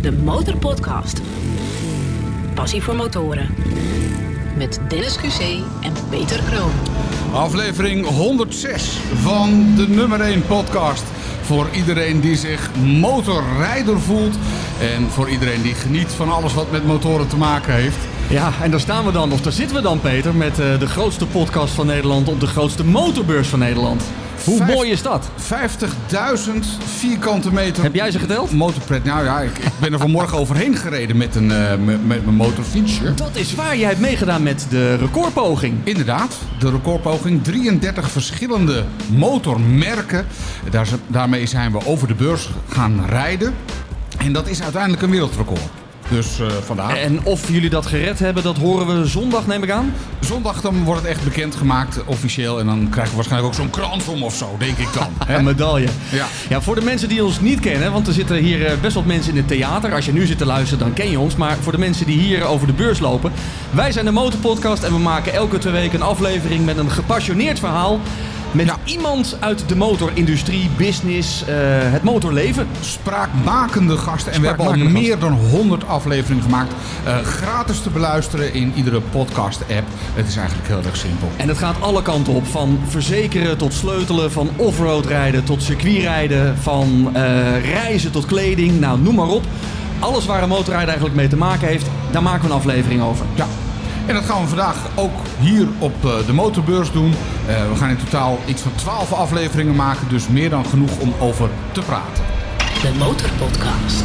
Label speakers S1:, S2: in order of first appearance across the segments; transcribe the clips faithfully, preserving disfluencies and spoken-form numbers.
S1: de Motorpodcast. Passie voor motoren. Met Dennis Q C en Peter Kroon.
S2: Aflevering honderdzes van de nummer één podcast. Voor iedereen die zich motorrijder voelt. En voor iedereen die geniet van alles wat met motoren te maken heeft.
S3: Ja, en daar staan we dan, of daar zitten we dan, Peter, met uh, de grootste podcast van Nederland op de grootste motorbeurs van Nederland. Hoe Vijf, mooi is dat?
S2: vijftigduizend vierkante meter.
S3: Heb jij ze geteld?
S2: Motorpret. Nou ja, ik, ik ben er vanmorgen overheen gereden met, een, uh, met, met mijn motorfietsje.
S3: Dat is waar, jij hebt meegedaan met de recordpoging.
S2: Inderdaad, de recordpoging. drieëndertig verschillende motormerken. Daar, daarmee zijn we over de beurs gaan rijden. En dat is uiteindelijk een wereldrecord. Dus uh, vandaag.
S3: En of jullie dat gered hebben, dat horen we zondag, neem ik aan?
S2: Zondag dan wordt het echt bekendgemaakt, officieel. En dan krijgen we waarschijnlijk ook zo'n krans om of zo, denk ik dan.
S3: Een medaille.
S2: Ja.
S3: Ja, voor de mensen die ons niet kennen, want er zitten hier best wat mensen in het theater. Als je nu zit te luisteren, dan ken je ons. Maar voor de mensen die hier over de beurs lopen. Wij zijn de Motorpodcast en we maken elke twee weken een aflevering met een gepassioneerd verhaal. Met ja. iemand uit de motorindustrie, business, uh, het motorleven.
S2: Spraakmakende gasten. En we hebben al meer dan honderd afleveringen gemaakt. Uh, gratis te beluisteren in iedere podcast-app. Het is eigenlijk heel erg simpel.
S3: En het gaat alle kanten op. Van verzekeren tot sleutelen. Van offroad rijden tot circuitrijden. Van uh, reizen tot kleding. Nou, noem maar op. Alles waar een motorrijder eigenlijk mee te maken heeft, daar maken we een aflevering over.
S2: Ja. En dat gaan we vandaag ook hier op de motorbeurs doen. Uh, we gaan in totaal iets van twaalf afleveringen maken. Dus meer dan genoeg om over te praten.
S1: De Motorpodcast.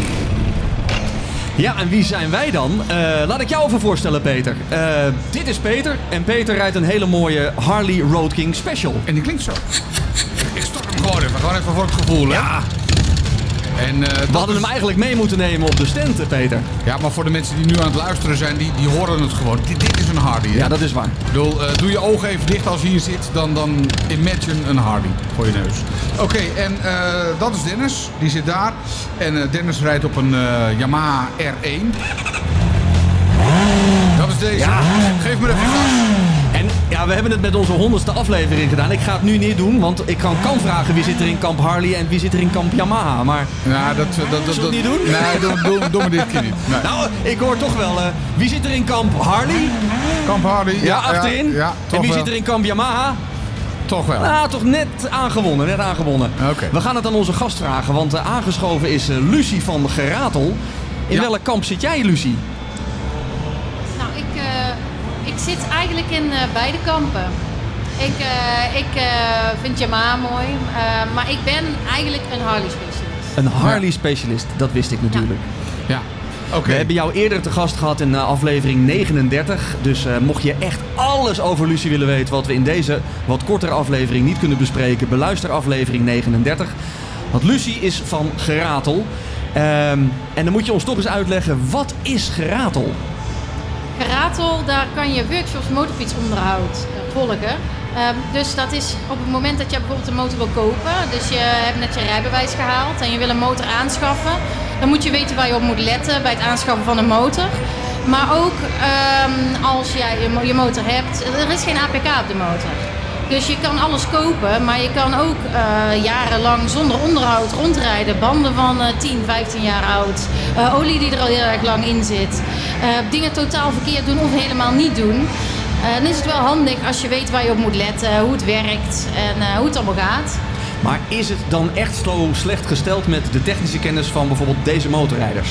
S3: Ja, en wie zijn wij dan? Uh, laat ik jou even voorstellen, Peter. Uh, dit is Peter. En Peter rijdt een hele mooie Harley Road King Special.
S2: En die klinkt zo. Ik start hem gewoon even. Gewoon even voor het gevoel, hè?
S3: Ja.
S2: En, uh,
S3: we hadden is... hem eigenlijk mee moeten nemen op de stand, Peter.
S2: Ja, maar voor de mensen die nu aan het luisteren zijn, die, die horen het gewoon. Dit, dit is een Harley, hè?
S3: Ja, dat is waar.
S2: Ik bedoel, uh, doe je ogen even dicht als je hier zit, dan, dan imagine een Harley voor je neus. Oké, okay, en uh, dat is Dennis. Die zit daar. En uh, Dennis rijdt op een uh, Yamaha R één. Dat is deze.
S3: Ja.
S2: Geef me even gas.
S3: En ja, we hebben het met onze honderdste aflevering gedaan. Ik ga het nu niet doen, want ik kan, kan vragen wie zit er in kamp Harley en wie zit er in kamp Yamaha. Maar
S2: ja, dat, dat, dat,
S3: zullen we het niet doen?
S2: Nee, doe, doe, doe me dit keer niet. Nee.
S3: Nou, ik hoor toch wel, uh, wie zit er in kamp Harley?
S2: Kamp Harley, ja.
S3: Ja, achterin.
S2: Ja, ja,
S3: en wie
S2: wel.
S3: zit er in kamp Yamaha?
S2: Toch wel.
S3: Nou, toch net aangewonnen, net aangewonnen.
S2: Okay.
S3: We gaan het aan onze gast vragen, want uh, aangeschoven is uh, Lucie van Geratel. In ja. welk kamp zit jij, Lucie?
S4: Nou, ik, uh, ik zit eigenlijk in uh, beide kampen. Ik, uh, ik uh, vind Yamaha mooi, uh, maar ik ben eigenlijk een Harley specialist.
S3: Een Harley specialist, dat wist ik natuurlijk.
S2: Ja. ja. Okay.
S3: We hebben jou eerder te gast gehad in uh, aflevering negenendertig. Dus uh, mocht je echt alles over Lucie willen weten wat we in deze wat kortere aflevering niet kunnen bespreken, beluister aflevering negenendertig. Want Lucie is van Geratel. Um, en dan moet je ons toch eens uitleggen, wat is Geratel?
S4: Geratel, daar kan je workshops motorfietsonderhoud uh, volgen. Um, dus dat is op het moment dat je bijvoorbeeld een motor wil kopen. Dus je hebt net je rijbewijs gehaald en je wil een motor aanschaffen. Dan moet je weten waar je op moet letten bij het aanschaffen van een motor. Maar ook um, als jij je, je motor hebt, er is geen A P K op de motor. Dus je kan alles kopen, maar je kan ook uh, jarenlang zonder onderhoud rondrijden. Banden van uh, tien, vijftien jaar oud. Uh, olie die er al heel erg lang in zit. Uh, dingen totaal verkeerd doen of helemaal niet doen. Uh, dan is het wel handig als je weet waar je op moet letten, hoe het werkt en uh, hoe het allemaal gaat.
S3: Maar is het dan echt zo slecht gesteld met de technische kennis van bijvoorbeeld deze motorrijders?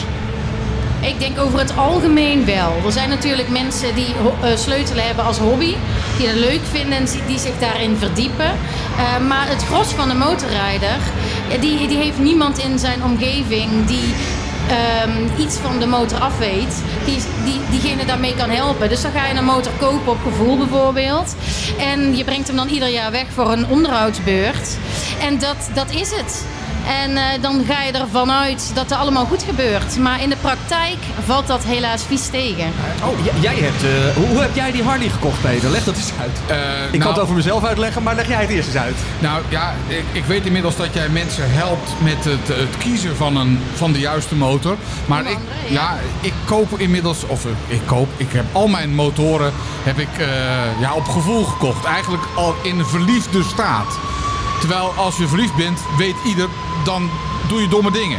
S4: Ik denk over het algemeen wel. Er zijn natuurlijk mensen die uh, sleutelen hebben als hobby, die het leuk vinden en die zich daarin verdiepen. Uh, maar het gros van de motorrijder, die, die heeft niemand in zijn omgeving die um, iets van de motor af weet, die, die, diegene daarmee kan helpen. Dus dan ga je een motor kopen op gevoel bijvoorbeeld. En je brengt hem dan ieder jaar weg voor een onderhoudsbeurt. En dat, dat is het. En uh, dan ga je ervan uit dat het allemaal goed gebeurt. Maar in de praktijk valt dat helaas vies tegen.
S3: Oh, j- jij hebt, uh, hoe, hoe heb jij die Harley gekocht, Peter? Leg dat eens uit. Uh, ik nou, kan het over mezelf uitleggen, maar leg jij het eerst eens uit.
S2: Nou ja, ik, ik weet inmiddels dat jij mensen helpt met het, het kiezen van, een, van de juiste motor. Maar ik, andere, ja. ja, ik koop inmiddels, of uh, ik koop, ik heb al mijn motoren heb ik, uh, ja, op gevoel gekocht. Eigenlijk al in verliefde staat. Terwijl als je verliefd bent, weet ieder, dan doe je domme dingen.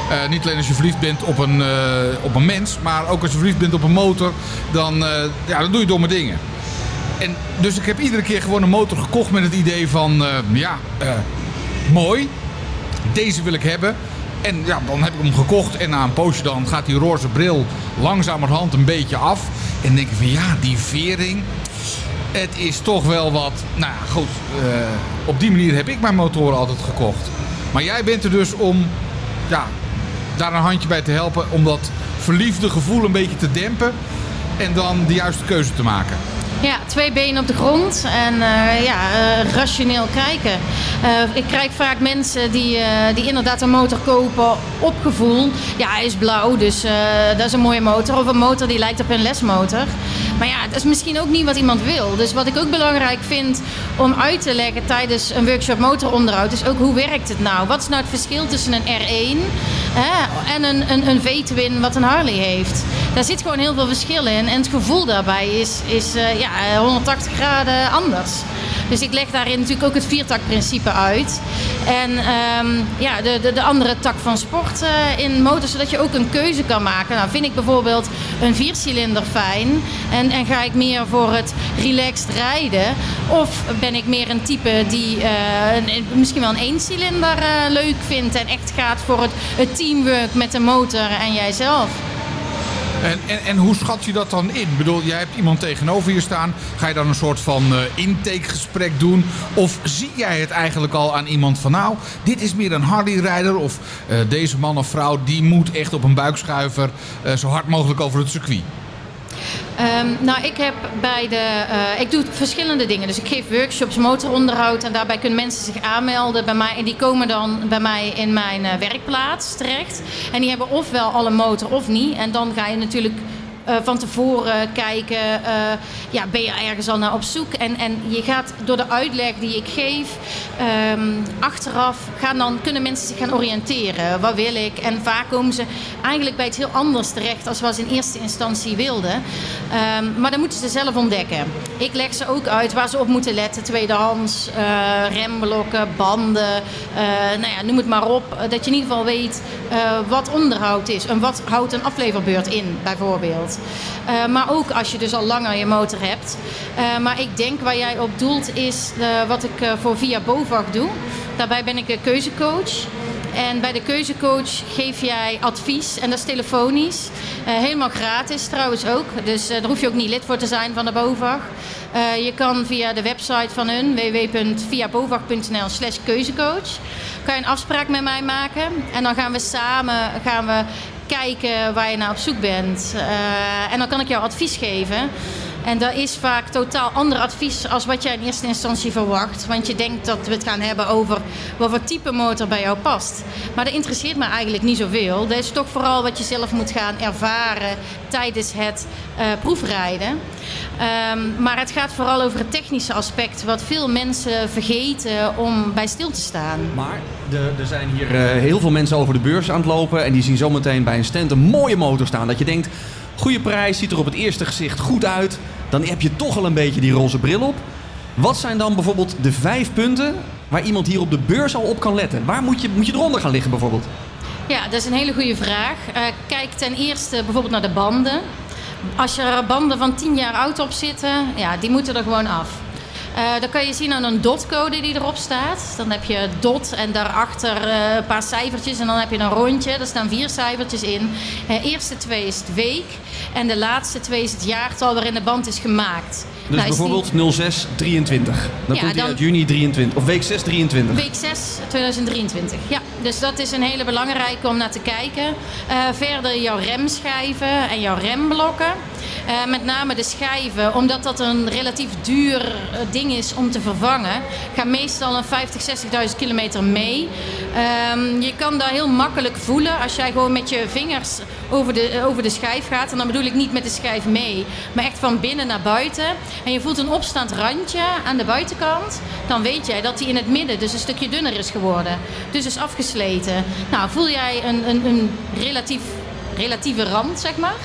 S2: Uh, niet alleen als je verliefd bent op een, uh, op een mens, maar ook als je verliefd bent op een motor, dan, uh, ja, dan doe je domme dingen. En dus ik heb iedere keer gewoon een motor gekocht met het idee van, uh, ja, uh, mooi, deze wil ik hebben. En ja, dan heb ik hem gekocht en na een poosje dan gaat die roze bril langzamerhand een beetje af. En dan denk ik van, ja, die vering, het is toch wel wat. Nou ja, goed, uh, op die manier heb ik mijn motoren altijd gekocht. Maar jij bent er dus om, ja, daar een handje bij te helpen, om dat verliefde gevoel een beetje te dempen en dan de juiste keuze te maken.
S4: Ja, twee benen op de grond en uh, ja, uh, rationeel kijken. Uh, ik krijg vaak mensen die, uh, die inderdaad een motor kopen op gevoel. Ja, hij is blauw, dus uh, dat is een mooie motor. Of een motor die lijkt op een lesmotor. Maar ja, dat is misschien ook niet wat iemand wil. Dus wat ik ook belangrijk vind om uit te leggen tijdens een workshop motoronderhoud, is ook hoe werkt het nou? Wat is nou het verschil tussen een R één hè, en een, een, een V-twin wat een Harley heeft? Daar zit gewoon heel veel verschil in. En het gevoel daarbij is, is uh, ja, honderdtachtig graden anders. Dus ik leg daarin natuurlijk ook het viertakprincipe uit. En um, ja, de, de, de andere tak van sport uh, in motor, zodat je ook een keuze kan maken. Nou, vind ik bijvoorbeeld een viercilinder fijn en, en ga ik meer voor het relaxed rijden? Of ben ik meer een type die uh, een, misschien wel een eencilinder uh, leuk vindt en echt gaat voor het, het teamwork met de motor en jijzelf?
S2: En, en, en hoe schat je dat dan in? Ik bedoel, jij hebt iemand tegenover je staan. Ga je dan een soort van uh, intakegesprek doen? Of zie jij het eigenlijk al aan iemand van, nou, dit is meer een Harley-rijder. Of uh, deze man of vrouw, die moet echt op een buikschuiver uh, zo hard mogelijk over het circuit.
S4: Um, nou, ik heb bij de, uh, ik doe verschillende dingen. Dus ik geef workshops motoronderhoud en daarbij kunnen mensen zich aanmelden bij mij. En die komen dan bij mij in mijn uh, werkplaats terecht. En die hebben ofwel al een motor of niet. En dan ga je natuurlijk Uh, van tevoren kijken, uh, ja, ben je ergens al naar op zoek? En, en je gaat door de uitleg die ik geef, um, achteraf gaan dan, kunnen mensen zich gaan oriënteren. Wat wil ik? En vaak komen ze eigenlijk bij het heel anders terecht als wat ze in eerste instantie wilden. Um, maar dan moeten ze zelf ontdekken. Ik leg ze ook uit waar ze op moeten letten. Tweedehands, uh, remblokken, banden, uh, nou ja, noem het maar op. Uh, dat je in ieder geval weet uh, wat onderhoud is. En wat houdt een afleverbeurt in, bijvoorbeeld. Uh, maar ook als je dus al langer je motor hebt. Uh, maar ik denk waar jij op doelt is uh, wat ik uh, voor Via Bovag doe. Daarbij ben ik een keuzecoach. En bij de keuzecoach geef jij advies en dat is telefonisch. Uh, helemaal gratis trouwens ook. Dus uh, daar hoef je ook niet lid voor te zijn van de Bovag. Uh, je kan via de website van hun, w w w punt via bovag punt n l slash keuzecoach, kan je een afspraak met mij maken. En dan gaan we samen gaan we kijken waar je naar op zoek bent. Uh, en dan kan ik jou advies geven. En dat is vaak totaal ander advies als wat jij in eerste instantie verwacht. Want je denkt dat we het gaan hebben over wat voor type motor bij jou past. Maar dat interesseert me eigenlijk niet zoveel. Dat is toch vooral wat je zelf moet gaan ervaren tijdens het uh, proefrijden. Um, maar het gaat vooral over het technische aspect, wat veel mensen vergeten om bij stil te staan.
S3: Maar de, er zijn hier uh, heel veel mensen over de beurs aan het lopen en die zien zometeen bij een stand een mooie motor staan. Dat je denkt, goede prijs, ziet er op het eerste gezicht goed uit. Dan heb je toch al een beetje die roze bril op. Wat zijn dan bijvoorbeeld de vijf punten waar iemand hier op de beurs al op kan letten? Waar moet je, moet je eronder gaan liggen bijvoorbeeld?
S4: Ja, dat is een hele goede vraag. Uh, kijk ten eerste bijvoorbeeld naar de banden. Als er banden van tien jaar oud op zitten, ja, die moeten er gewoon af. Uh, dan kan je zien aan een dotcode die erop staat. Dan heb je dot en daarachter uh, een paar cijfertjes en dan heb je een rondje. Daar staan vier cijfertjes in. De uh, eerste twee is het week en de laatste twee is het jaartal waarin de band is gemaakt.
S3: Dus nou, bijvoorbeeld die nul zes drieëntwintig. Dan ja, komt hij uit juni drieëntwintig. Of week zes drieëntwintig.
S4: Week zes tweeduizend drieëntwintig. Ja, dus dat is een hele belangrijke om naar te kijken. Uh, verder jouw remschijven en jouw remblokken. Uh, met name de schijven, omdat dat een relatief duur uh, ding is om te vervangen. Gaan meestal een vijftig, zestigduizend kilometer mee. Um, je kan dat heel makkelijk voelen als jij gewoon met je vingers over de, uh, over de schijf gaat. En dan bedoel ik niet met de schijf mee, maar echt van binnen naar buiten. En je voelt een opstaand randje aan de buitenkant. Dan weet jij dat die in het midden dus een stukje dunner is geworden. Dus is afgesleten. Nou, voel jij een, een, een relatief... relatieve rand, zeg maar.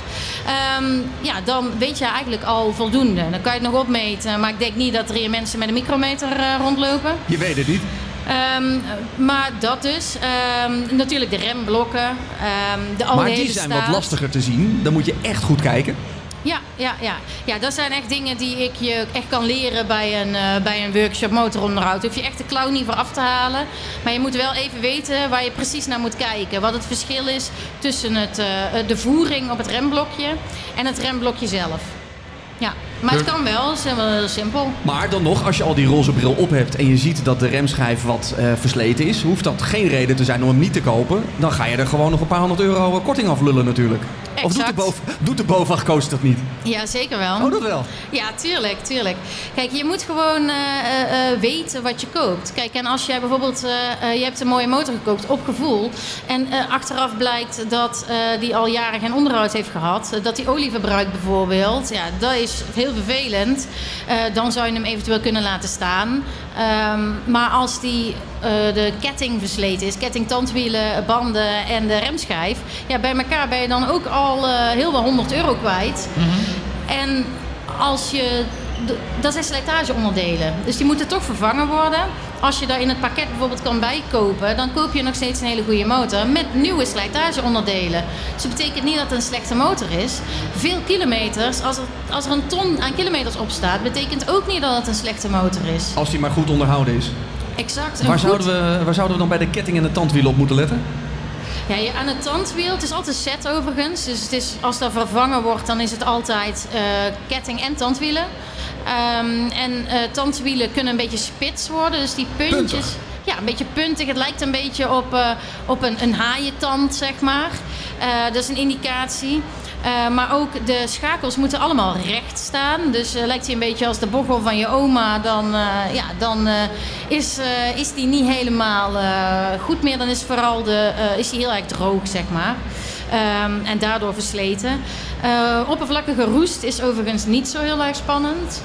S4: Um, ja, dan weet je eigenlijk al voldoende. Dan kan je het nog opmeten, maar ik denk niet dat er hier mensen met een micrometer uh, rondlopen.
S3: Je weet het niet.
S4: Um, maar dat dus. Um, natuurlijk de remblokken. Um, de
S3: maar die zijn
S4: staat.
S3: wat lastiger te zien. Dan moet je echt goed kijken.
S4: Ja, ja, ja. ja, dat zijn echt dingen die ik je echt kan leren bij een, uh, bij een workshop motoronderhoud. Hoef je echt de klauw niet voor af te halen. Maar je moet wel even weten waar je precies naar moet kijken. Wat het verschil is tussen het, uh, de voering op het remblokje en het remblokje zelf. Ja, maar het kan wel. Het is wel heel simpel.
S3: Maar dan nog, als je al die roze bril op hebt en je ziet dat de remschijf wat uh, versleten is, hoeft dat geen reden te zijn om hem niet te kopen. Dan ga je er gewoon nog een paar honderd euro korting aflullen natuurlijk.
S4: Exact.
S3: Of doet de, boven, doet de BOVAG-coach dat niet?
S4: Ja, zeker wel.
S3: Oh, dat wel?
S4: Ja, tuurlijk, tuurlijk. Kijk, je moet gewoon uh, uh, weten wat je koopt. Kijk, en als jij bijvoorbeeld, uh, uh, je hebt een mooie motor gekoopt op gevoel en uh, achteraf blijkt dat uh, die al jaren geen onderhoud heeft gehad, uh, dat die olie verbruikt bijvoorbeeld, ja, dat is heel vervelend. Uh, dan zou je hem eventueel kunnen laten staan. Um, maar als die, uh, de ketting versleten is, ketting, tandwielen, banden en de remschijf, ja, bij elkaar ben je dan ook al uh, heel wel honderd euro kwijt. Mm-hmm. En als je, dat zijn slijtageonderdelen, dus die moeten toch vervangen worden. Als je daar in het pakket bijvoorbeeld kan bijkopen, dan koop je nog steeds een hele goede motor met nieuwe slijtageonderdelen. Dus dat betekent niet dat het een slechte motor is. Veel kilometers, als er, als er een ton aan kilometers op staat, betekent ook niet dat het een slechte motor is.
S3: Als die maar goed onderhouden is.
S4: Exact.
S3: Waar, goed... zouden we, waar zouden we dan bij de ketting en de tandwielen op moeten letten?
S4: Ja, je, aan het tandwiel, het is altijd set overigens. Dus het is, als dat vervangen wordt, dan is het altijd uh, ketting en tandwielen. Um, en uh, tandwielen kunnen een beetje spits worden, dus die puntjes...
S2: Puntig.
S4: Ja, een beetje puntig. Het lijkt een beetje op, uh, op een, een haaientand, zeg maar. Uh, dat is een indicatie. Uh, maar ook de schakels moeten allemaal recht staan. Dus uh, lijkt hij een beetje als de bochel van je oma, dan, uh, ja, dan uh, is, uh, is die niet helemaal uh, goed meer. Dan is vooral de, uh, is die heel erg droog, zeg maar. Um, en daardoor versleten. Uh, oppervlakkige roest is overigens niet zo heel erg spannend.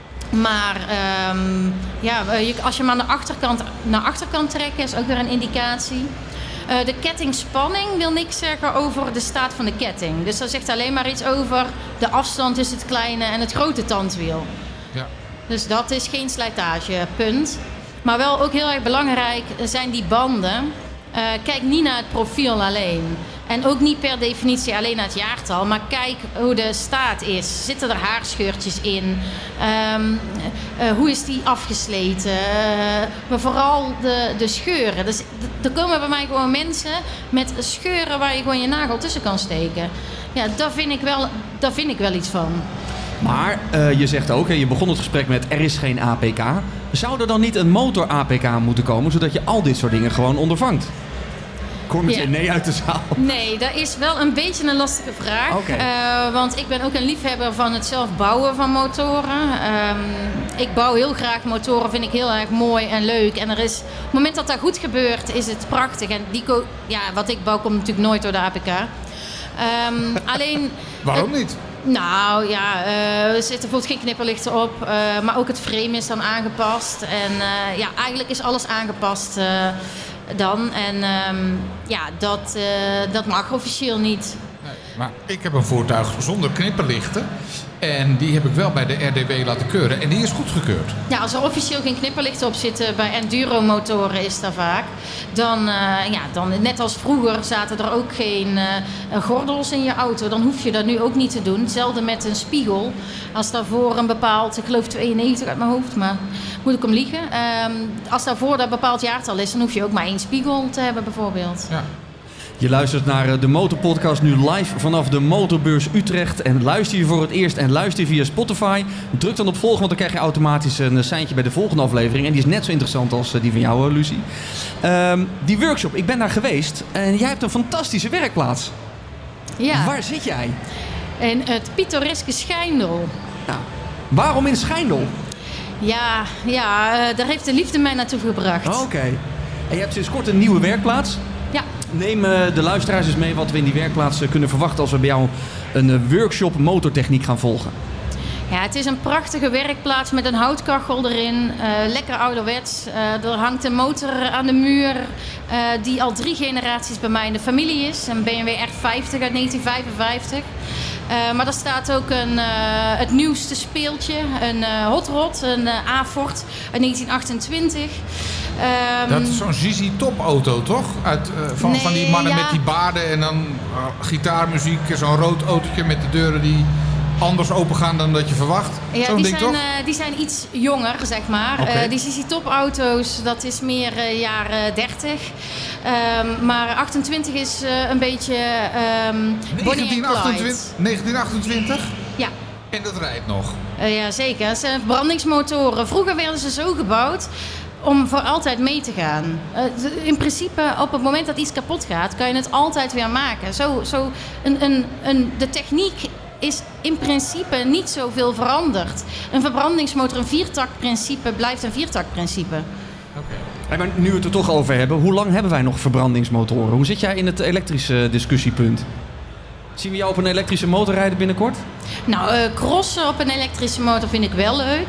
S4: Maar um, ja, als je hem aan de achterkant naar achterkant trekt, is ook weer een indicatie. Uh, de kettingspanning wil niks zeggen over de staat van de ketting. Dus dat zegt alleen maar iets over de afstand tussen het kleine en het grote tandwiel.
S2: Ja.
S4: Dus dat is geen slijtagepunt. Maar wel ook heel erg belangrijk zijn die banden. Uh, kijk niet naar het profiel alleen. En ook niet per definitie alleen naar het jaartal. Maar kijk hoe de staat is. Zitten er haarscheurtjes in? Um, uh, hoe is die afgesleten? Uh, maar vooral de, de scheuren. Dus, d- er komen bij mij gewoon mensen met scheuren waar je gewoon je nagel tussen kan steken. Ja, daar vind ik wel, daar vind ik wel iets van.
S3: Maar uh, je zegt ook, hè, je begon het gesprek met er is geen A P K. Zou er dan niet een motor A P K moeten komen, zodat je al dit soort dingen gewoon ondervangt? Ik hoor meteen ja. nee uit de zaal.
S4: Nee, dat is wel een beetje een lastige vraag.
S3: Okay.
S4: Uh, want ik ben ook een liefhebber van het zelf bouwen van motoren. Um, ik bouw heel graag motoren, vind ik heel erg mooi en leuk. En er is, op het moment dat dat goed gebeurt, is het prachtig. En die ko- ja, wat ik bouw komt natuurlijk nooit door de A P K. Um, alleen...
S2: Waarom niet?
S4: Nou ja, uh, er zitten bijvoorbeeld geen knipperlichten op, uh, maar ook het frame is dan aangepast. En uh, ja, eigenlijk is alles aangepast uh, dan. En um, ja, dat, uh, dat mag officieel niet.
S2: Nee, maar ik heb een voertuig zonder knipperlichten. En die heb ik wel bij de R D W laten keuren. En die is goedgekeurd.
S4: Ja, als er officieel geen knipperlichten op zitten, bij enduro-motoren is dat vaak. Dan, uh, ja, dan, net als vroeger zaten er ook geen uh, gordels in je auto. Dan hoef je dat nu ook niet te doen. Hetzelfde met een spiegel. Als daarvoor een bepaald, ik geloof tweeënnegentig uit mijn hoofd, maar moet ik hem liegen. Um, als daarvoor dat bepaald jaartal is, dan hoef je ook maar één spiegel te hebben bijvoorbeeld.
S3: Ja. Je luistert naar de Motorpodcast nu live vanaf de Motorbeurs Utrecht. En luister je voor het eerst en luister je via Spotify. Druk dan op volgen, want dan krijg je automatisch een seintje bij de volgende aflevering. En die is net zo interessant als die van jou, Lucie. Um, die workshop, ik ben daar geweest. En jij hebt een fantastische werkplaats.
S4: Ja.
S3: Waar zit jij?
S4: In het pittoreske Schijndel.
S3: Nou, waarom in Schijndel?
S4: Ja, ja, daar heeft de liefde mij naartoe gebracht.
S3: Oké. Okay. En je hebt sinds kort een nieuwe werkplaats.
S4: Ja.
S3: Neem uh, de luisteraars eens mee wat we in die werkplaats uh, kunnen verwachten als we bij jou een uh, workshop motortechniek gaan volgen.
S4: Ja, het is een prachtige werkplaats met een houtkachel erin. Uh, lekker ouderwets. Uh, er hangt een motor aan de muur uh, die al drie generaties bij mij in de familie is. Een B M W R vijftig uit negentien vijfenvijftig. Uh, maar er staat ook een, uh, het nieuwste speeltje, een uh, hot rod, een uh, A-Ford uit negentien achtentwintig. Um,
S2: Dat is zo'n Z Z Top auto, toch? Uit, uh, van,
S4: Nee,
S2: van die mannen
S4: ja.
S2: met die baarden en dan uh, gitaarmuziek. Zo'n rood autootje met de deuren die anders open gaan dan dat je verwacht.
S4: Ja,
S2: Zo'n
S4: die
S2: ding,
S4: zijn,
S2: toch?
S4: uh, die zijn iets jonger, zeg maar.
S2: Oké.
S4: Uh, die Z Z Top auto's, dat is meer uh, jaren dertig. Um, maar achtentwintig is uh, een beetje um, Bonnie
S2: negentien
S4: and Clyde.
S2: achtentwintig? negentien achtentwintig?
S4: Ja.
S2: En dat rijdt nog.
S4: Uh, ja, zeker. Het zijn verbrandingsmotoren. Vroeger werden ze zo gebouwd om voor altijd mee te gaan. Uh, d- in principe, op het moment dat iets kapot gaat, kan je het altijd weer maken. Zo, zo een, een, een, de techniek is in principe niet zoveel veranderd. Een verbrandingsmotor, een viertaktprincipe, blijft een viertaktprincipe.
S3: Hey, maar nu we het er toch over hebben, hoe lang hebben wij nog verbrandingsmotoren? Hoe zit jij in het elektrische discussiepunt? Zien we jou op een elektrische motor rijden binnenkort?
S4: Nou, uh, crossen op een elektrische motor vind ik wel leuk.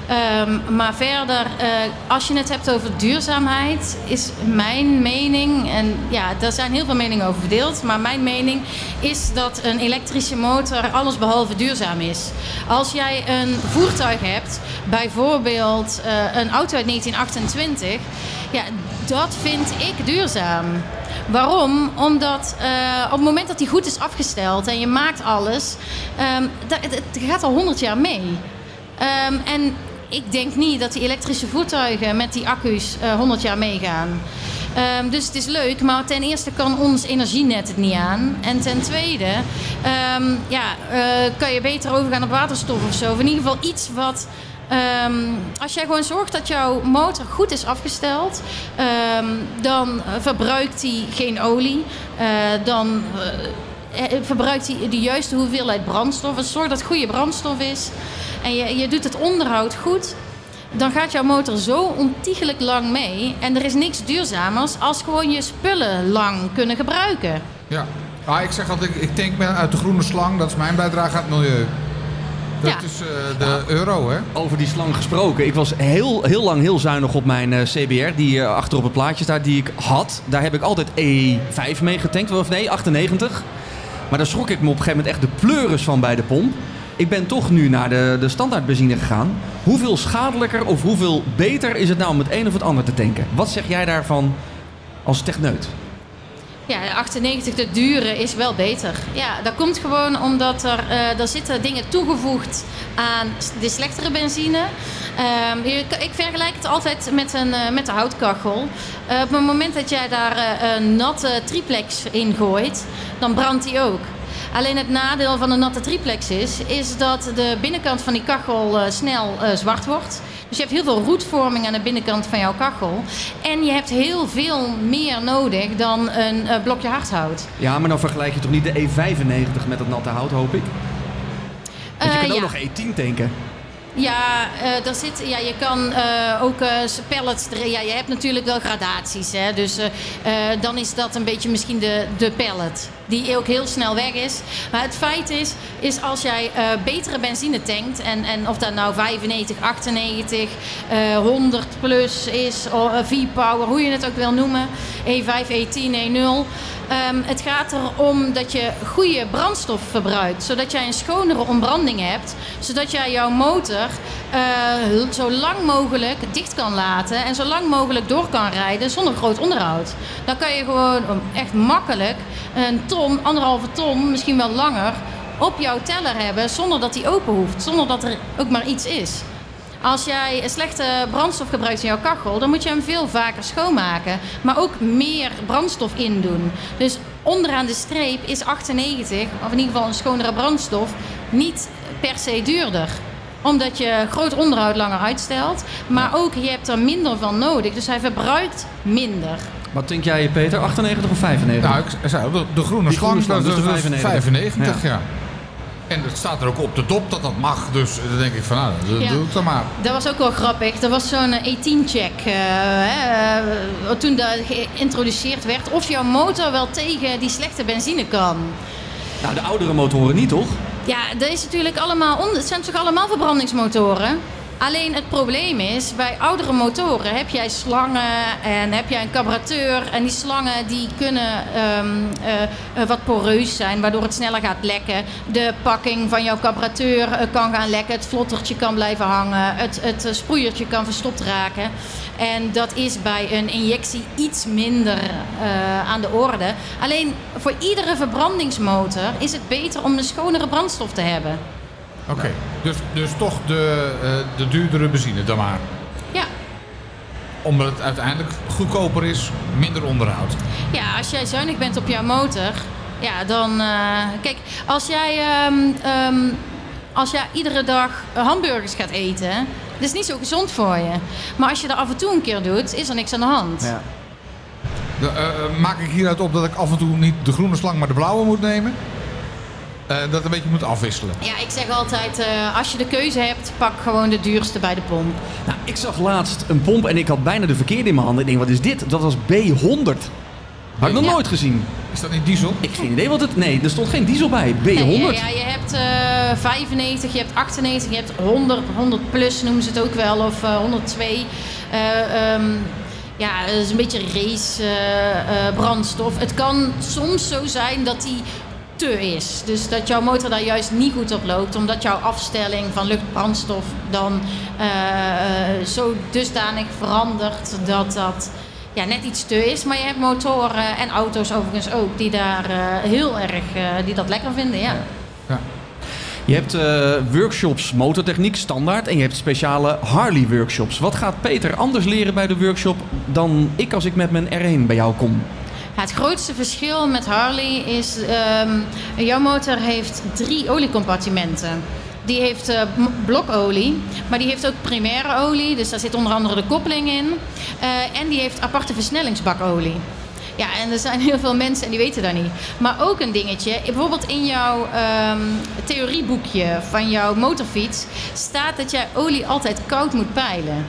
S4: Um, maar verder, uh, als je het hebt over duurzaamheid, is mijn mening, en ja, daar zijn heel veel meningen over verdeeld, maar mijn mening is dat een elektrische motor allesbehalve duurzaam is. Als jij een voertuig hebt, bijvoorbeeld uh, een auto uit negentien achtentwintig, ja, dat vind ik duurzaam. Waarom? Omdat uh, op het moment dat die goed is afgesteld en je maakt alles, um, dat, het gaat al honderd jaar mee. Um, en ik denk niet dat die elektrische voertuigen met die accu's uh, honderd jaar meegaan. Um, dus het is leuk, maar ten eerste kan ons energienet het niet aan. En ten tweede um, ja, uh, kan je beter overgaan op waterstof of zo. Of in ieder geval iets wat... Um, als jij gewoon zorgt dat jouw motor goed is afgesteld, um, dan verbruikt hij geen olie. Uh, dan uh, verbruikt hij de juiste hoeveelheid brandstof. Dus zorg dat het goede brandstof is. En je, je doet het onderhoud goed. Dan gaat jouw motor zo ontiegelijk lang mee. En er is niks duurzamers als gewoon je spullen lang kunnen gebruiken.
S2: Ja, ah, ik zeg altijd, ik, ik tank me uit de groene slang. Dat is mijn bijdrage aan het milieu. Dat
S4: Ja.
S2: is uh, de euro, hè?
S3: Over die slang gesproken. Ik was heel, heel lang heel zuinig op mijn uh, C B R, die uh, achter op het plaatje staat, die ik had. Daar heb ik altijd E vijf mee getankt, of nee, achtennegentig. Maar daar schrok ik me op een gegeven moment echt de pleuris van bij de pomp. Ik ben toch nu naar de, de standaard benzine gegaan. Hoeveel schadelijker of hoeveel beter is het nou om het een of het ander te tanken? Wat zeg jij daarvan als techneut?
S4: Ja, achtennegentig, de dure is wel beter. Ja, dat komt gewoon omdat er, uh, er zitten dingen toegevoegd aan de slechtere benzine. Um, je, ik vergelijk het altijd met, een, uh, met de houtkachel. Uh, op het moment dat jij daar uh, een natte triplex in gooit, dan brandt die ook. Alleen het nadeel van een natte triplex is, is dat de binnenkant van die kachel uh, snel uh, zwart wordt. Dus je hebt heel veel roetvorming aan de binnenkant van jouw kachel. En je hebt heel veel meer nodig dan een uh, blokje hardhout.
S3: Ja, maar dan vergelijk je toch niet de E vijfennegentig met het natte hout, hoop ik? Want je
S4: Uh,
S3: kan ook
S4: ja.
S3: nog E tien tanken.
S4: Ja, uh, daar zit, ja, je kan uh, ook uh, pellets... Ja, je hebt natuurlijk wel gradaties. Hè? Dus uh, uh, dan is dat een beetje misschien de, de pellet. Die ook heel snel weg is. Maar het feit is, is als jij uh, betere benzine tankt... En, en of dat nou vijfennegentig, achtennegentig, uh, honderd plus is... Of, uh, V-Power, hoe je het ook wil noemen. E vijf, E tien, E nul... Um, het gaat erom dat je goede brandstof verbruikt. Zodat jij een schonere ontbranding hebt. Zodat jij jouw motor uh, zo lang mogelijk dicht kan laten. En zo lang mogelijk door kan rijden zonder groot onderhoud. Dan kan je gewoon echt makkelijk een ton, anderhalve ton, misschien wel langer, op jouw teller hebben. Zonder dat die open hoeft. Zonder dat er ook maar iets is. Als jij slechte brandstof gebruikt in jouw kachel, dan moet je hem veel vaker schoonmaken. Maar ook meer brandstof indoen. Dus onderaan de streep is achtennegentig, of in ieder geval een schonere brandstof, niet per se duurder. Omdat je groot onderhoud langer uitstelt. Maar ook, je hebt er minder van nodig. Dus hij verbruikt minder.
S3: Wat denk jij, Peter? achtennegentig of vijfennegentig?
S2: Nou, ik zei de, de groene
S3: Die
S2: slang,
S3: groene slang,
S2: dat
S3: dus de
S2: is
S3: vijfennegentig.
S2: vijfennegentig, ja.
S3: Ja.
S2: En het staat er ook op de dop dat dat mag. Dus dan denk ik van, nou, dat
S4: Ja.
S2: doe ik dan maar.
S4: Dat was ook wel grappig. Er was zo'n E tien-check uh, hè, uh, toen dat geïntroduceerd werd. Of jouw motor wel tegen die slechte benzine kan.
S3: Nou, de oudere motoren niet, toch?
S4: Ja, dat is natuurlijk allemaal... On- het zijn toch allemaal verbrandingsmotoren? Alleen het probleem is, bij oudere motoren heb jij slangen en heb jij een carburateur. En die slangen die kunnen um, uh, uh, wat poreus zijn, waardoor het sneller gaat lekken. De pakking van jouw carburateur uh, kan gaan lekken, het vlottertje kan blijven hangen, het, het uh, sproeiertje kan verstopt raken. En dat is bij een injectie iets minder uh, aan de orde. Alleen voor iedere verbrandingsmotor is het beter om een schonere brandstof te hebben.
S2: Oké, okay. dus, dus toch de, uh, de duurdere benzine dan maar.
S4: Ja.
S2: Omdat het uiteindelijk goedkoper is, minder onderhoud.
S4: Ja, als jij zuinig bent op jouw motor, ja, dan... Uh, kijk, als jij, um, um, als jij iedere dag hamburgers gaat eten, dat is niet zo gezond voor je. Maar als je dat af en toe een keer doet, is er niks aan de hand.
S2: Ja. De, uh, maak ik hieruit op dat ik af en toe niet de groene slang, maar de blauwe moet nemen? Uh, dat een beetje moet afwisselen.
S4: Ja, ik zeg altijd, uh, als je de keuze hebt, pak gewoon de duurste bij de pomp.
S3: Nou, ik zag laatst een pomp en ik had bijna de verkeerde in mijn handen. Ik denk, wat is dit? Dat was B honderd. Had ik nog ja. nooit gezien.
S2: Is dat niet diesel?
S3: Ik heb geen idee wat het... Nee, er stond geen diesel bij. B honderd.
S4: Nee, ja, je hebt uh, vijfennegentig, je hebt achtennegentig, je hebt honderd, honderd plus noemen ze het ook wel. Of uh, honderdtwee. Uh, um, ja, dat is een beetje race uh, uh, brandstof. Het kan soms zo zijn dat die te is. Dus dat jouw motor daar juist niet goed op loopt, omdat jouw afstelling van luchtbrandstof dan uh, uh, zo dusdanig verandert dat dat ja, net iets te is. Maar je hebt motoren en auto's overigens ook die daar uh, heel erg uh, die dat lekker vinden. Ja.
S2: Ja.
S3: Je hebt uh, workshops motortechniek standaard en je hebt speciale Harley workshops. Wat gaat Peter anders leren bij de workshop dan ik als ik met mijn R één bij jou kom?
S4: Het grootste verschil met Harley is, um, jouw motor heeft drie oliecompartimenten. Die heeft uh, blokolie, maar die heeft ook primaire olie, dus daar zit onder andere de koppeling in. Uh, en die heeft aparte versnellingsbakolie. Ja, en er zijn heel veel mensen en die weten dat niet. Maar ook een dingetje, bijvoorbeeld in jouw um, theorieboekje van jouw motorfiets staat dat jij olie altijd koud moet peilen.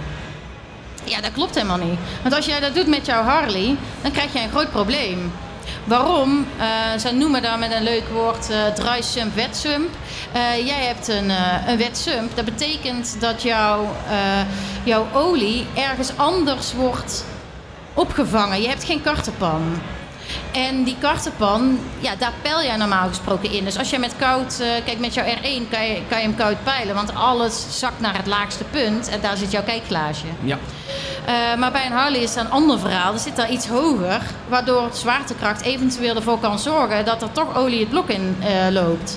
S4: Ja, dat klopt helemaal niet. Want als jij dat doet met jouw Harley, dan krijg je een groot probleem. Waarom? Uh, ze noemen dat met een leuk woord uh, dry sump, wet sump. Uh, jij hebt een, uh, een wet sump. Dat betekent dat jouw, uh, jouw olie ergens anders wordt opgevangen. Je hebt geen kartenpan. En die kartenpan, ja, daar peil jij normaal gesproken in. Dus als je met koud, uh, kijk met jouw R één kan je, kan je hem koud peilen. Want alles zakt naar het laagste punt en daar zit jouw kijkglaasje. Ja. Uh, maar bij een Harley is dat een ander verhaal. Er zit daar iets hoger, waardoor zwaartekracht eventueel ervoor kan zorgen dat er toch olie het blok in uh, loopt.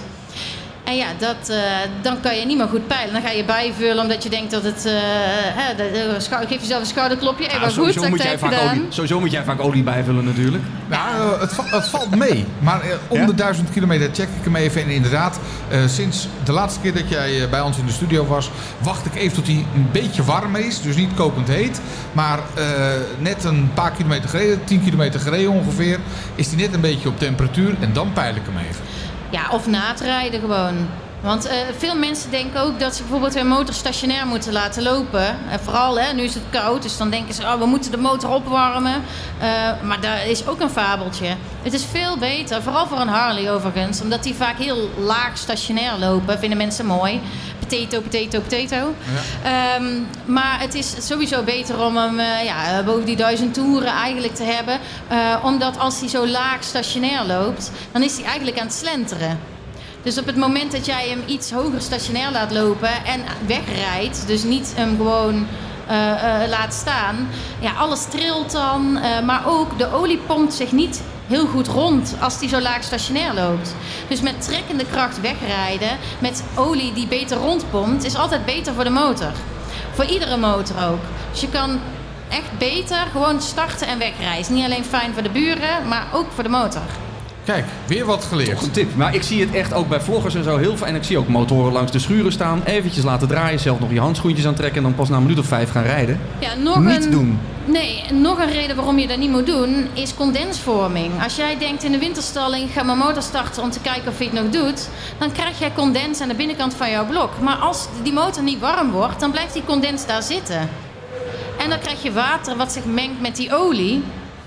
S4: En ja, dat, uh, dan kan je niet meer goed peilen. Dan ga je bijvullen omdat je denkt dat het... Uh, hè, de, de, schou- geef jezelf een schouderklopje. Hey,
S3: ja, sowieso, goed, moet jij vaak olie, sowieso moet jij vaak olie bijvullen natuurlijk.
S2: Nou, uh, het, va- het valt mee. Maar uh, om ja? de duizend kilometer check ik hem even. En inderdaad, uh, sinds de laatste keer dat jij uh, bij ons in de studio was, wacht ik even tot hij een beetje warmer is. Dus niet kokend heet. Maar uh, net een paar kilometer gereden, tien kilometer gereden ongeveer, is hij net een beetje op temperatuur. En dan peil ik hem even.
S4: Ja, of na het rijden gewoon. Want uh, veel mensen denken ook dat ze bijvoorbeeld hun motor stationair moeten laten lopen. En vooral, hè, nu is het koud, dus dan denken ze, oh, we moeten de motor opwarmen. Uh, maar dat is ook een fabeltje. Het is veel beter, vooral voor een Harley overigens, omdat die vaak heel laag stationair lopen, vinden mensen mooi. Potato, potato, potato. Ja. Um, maar het is sowieso beter om hem uh, ja, boven die duizend toeren eigenlijk te hebben. Uh, omdat als hij zo laag stationair loopt, dan is hij eigenlijk aan het slenteren. Dus op het moment dat jij hem iets hoger stationair laat lopen en wegrijdt, dus niet hem gewoon uh, uh, laat staan, ja, alles trilt dan. Uh, maar ook de olie pompt zich niet heel goed rond als die zo laag stationair loopt. Dus met trekkende kracht wegrijden, met olie die beter rondpompt, is altijd beter voor de motor. Voor iedere motor ook. Dus je kan echt beter gewoon starten en wegrijden. Is niet alleen fijn voor de buren, maar ook voor de motor.
S2: Kijk, weer wat geleerd.
S3: Toch een tip. Maar ik zie het echt ook bij vloggers en zo heel veel. En ik zie ook motoren langs de schuren staan. Eventjes laten draaien, zelf nog je handschoentjes aantrekken en dan pas na een minuut of vijf gaan rijden.
S4: Ja, nog
S3: niet
S4: een,
S3: doen.
S4: Nee, nog een reden waarom je dat niet moet doen is condensvorming. Als jij denkt in de winterstalling, ik ga mijn motor starten om te kijken of hij het nog doet, dan krijg jij condens aan de binnenkant van jouw blok. Maar als die motor niet warm wordt, dan blijft die condens daar zitten. En dan krijg je water wat zich mengt met die olie.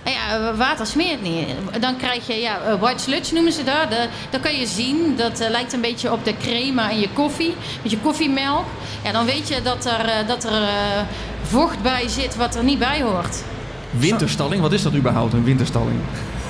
S4: Nou ja, water smeert niet. Dan krijg je, ja, white sludge noemen ze dat. De, dan kan je zien, dat uh, lijkt een beetje op de crema in je koffie. Met je koffiemelk. Ja, dan weet je dat er, uh, dat er uh, vocht bij zit wat er niet bij hoort.
S3: Winterstalling? Wat is dat überhaupt, een winterstalling?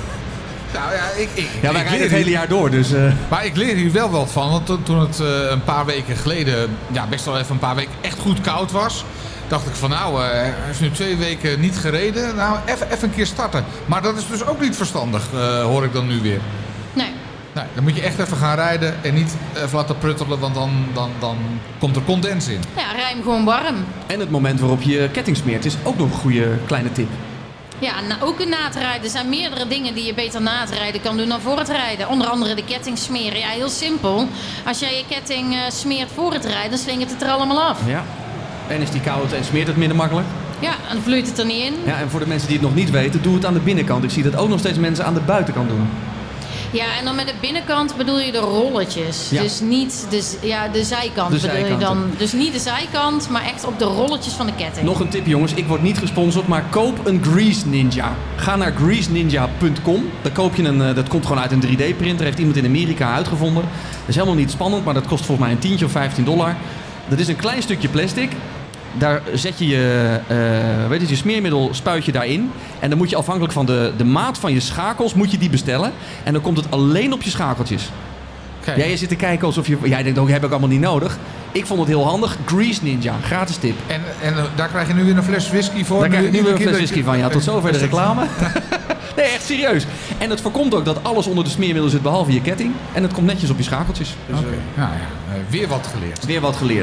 S2: Nou ja, ik, ik,
S3: ja, wij
S2: ik
S3: rijden het hele jaar door, dus... Uh...
S2: Maar ik leer hier wel wat van, want to, toen het uh, een paar weken geleden, ja, best wel even een paar weken echt goed koud was, dacht ik van nou, uh, hij heeft nu twee weken niet gereden, nou, even, even een keer starten. Maar dat is dus ook niet verstandig, uh, hoor ik dan nu weer.
S4: Nee.
S2: Nee, dan moet je echt even gaan rijden en niet even laten pruttelen, want dan, dan, dan komt er condens in.
S4: Ja, rij hem gewoon warm.
S3: En het moment waarop je ketting smeert is ook nog een goede kleine tip.
S4: Ja, nou, ook na het rijden. Er zijn meerdere dingen die je beter na het rijden kan doen dan voor het rijden. Onder andere de ketting smeren. Ja, heel simpel. Als jij je ketting uh, smeert voor het rijden, dan slingert het er allemaal af.
S3: Ja. En is die koud en smeert het minder makkelijk?
S4: Ja, en dan vloeit het er niet in.
S3: Ja, en voor de mensen die het nog niet weten, doe het aan de binnenkant. Ik zie dat ook nog steeds mensen aan de buitenkant doen.
S4: Ja, en dan met de binnenkant bedoel je de rolletjes.
S3: Ja.
S4: Dus niet de, ja, de zijkant
S3: de
S4: bedoel je
S3: zijkanten.
S4: dan. Dus niet de zijkant, maar echt op de rolletjes van de ketting.
S3: Nog een tip jongens, ik word niet gesponsord, maar koop een Grease Ninja. Ga naar grease ninja punt com. Dan koop je een, dat komt gewoon uit een drie D printer. Heeft iemand in Amerika uitgevonden. Dat is helemaal niet spannend, maar dat kost volgens mij een tientje of vijftien dollar. Dat is een klein stukje plastic. Daar zet je je, uh, weet het, je smeermiddel spuit je daarin. En dan moet je afhankelijk van de, de maat van je schakels moet je die bestellen. En dan komt het alleen op je schakeltjes.
S2: Kijk.
S3: Jij zit te kijken alsof je... Jij denkt ook, heb ik allemaal niet nodig. Ik vond het heel handig. Grease Ninja, gratis tip.
S2: En, en uh, daar krijg je nu weer een fles whisky voor.
S3: Daar krijg je nu weer een fles
S2: dat
S3: whisky
S2: je-
S3: van. Ja, tot zover de reclame. Nee, echt serieus. En het voorkomt ook dat alles onder de smeermiddel zit behalve je ketting. En het komt netjes op je schakeltjes. Dus,
S2: Oké,
S3: uh,
S2: nou ja, uh, weer wat geleerd.
S3: weer wat geleerd.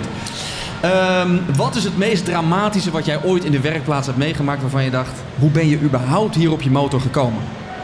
S3: Um, wat is het meest dramatische wat jij ooit in de werkplaats hebt meegemaakt waarvan je dacht, hoe ben je überhaupt hier op je motor gekomen?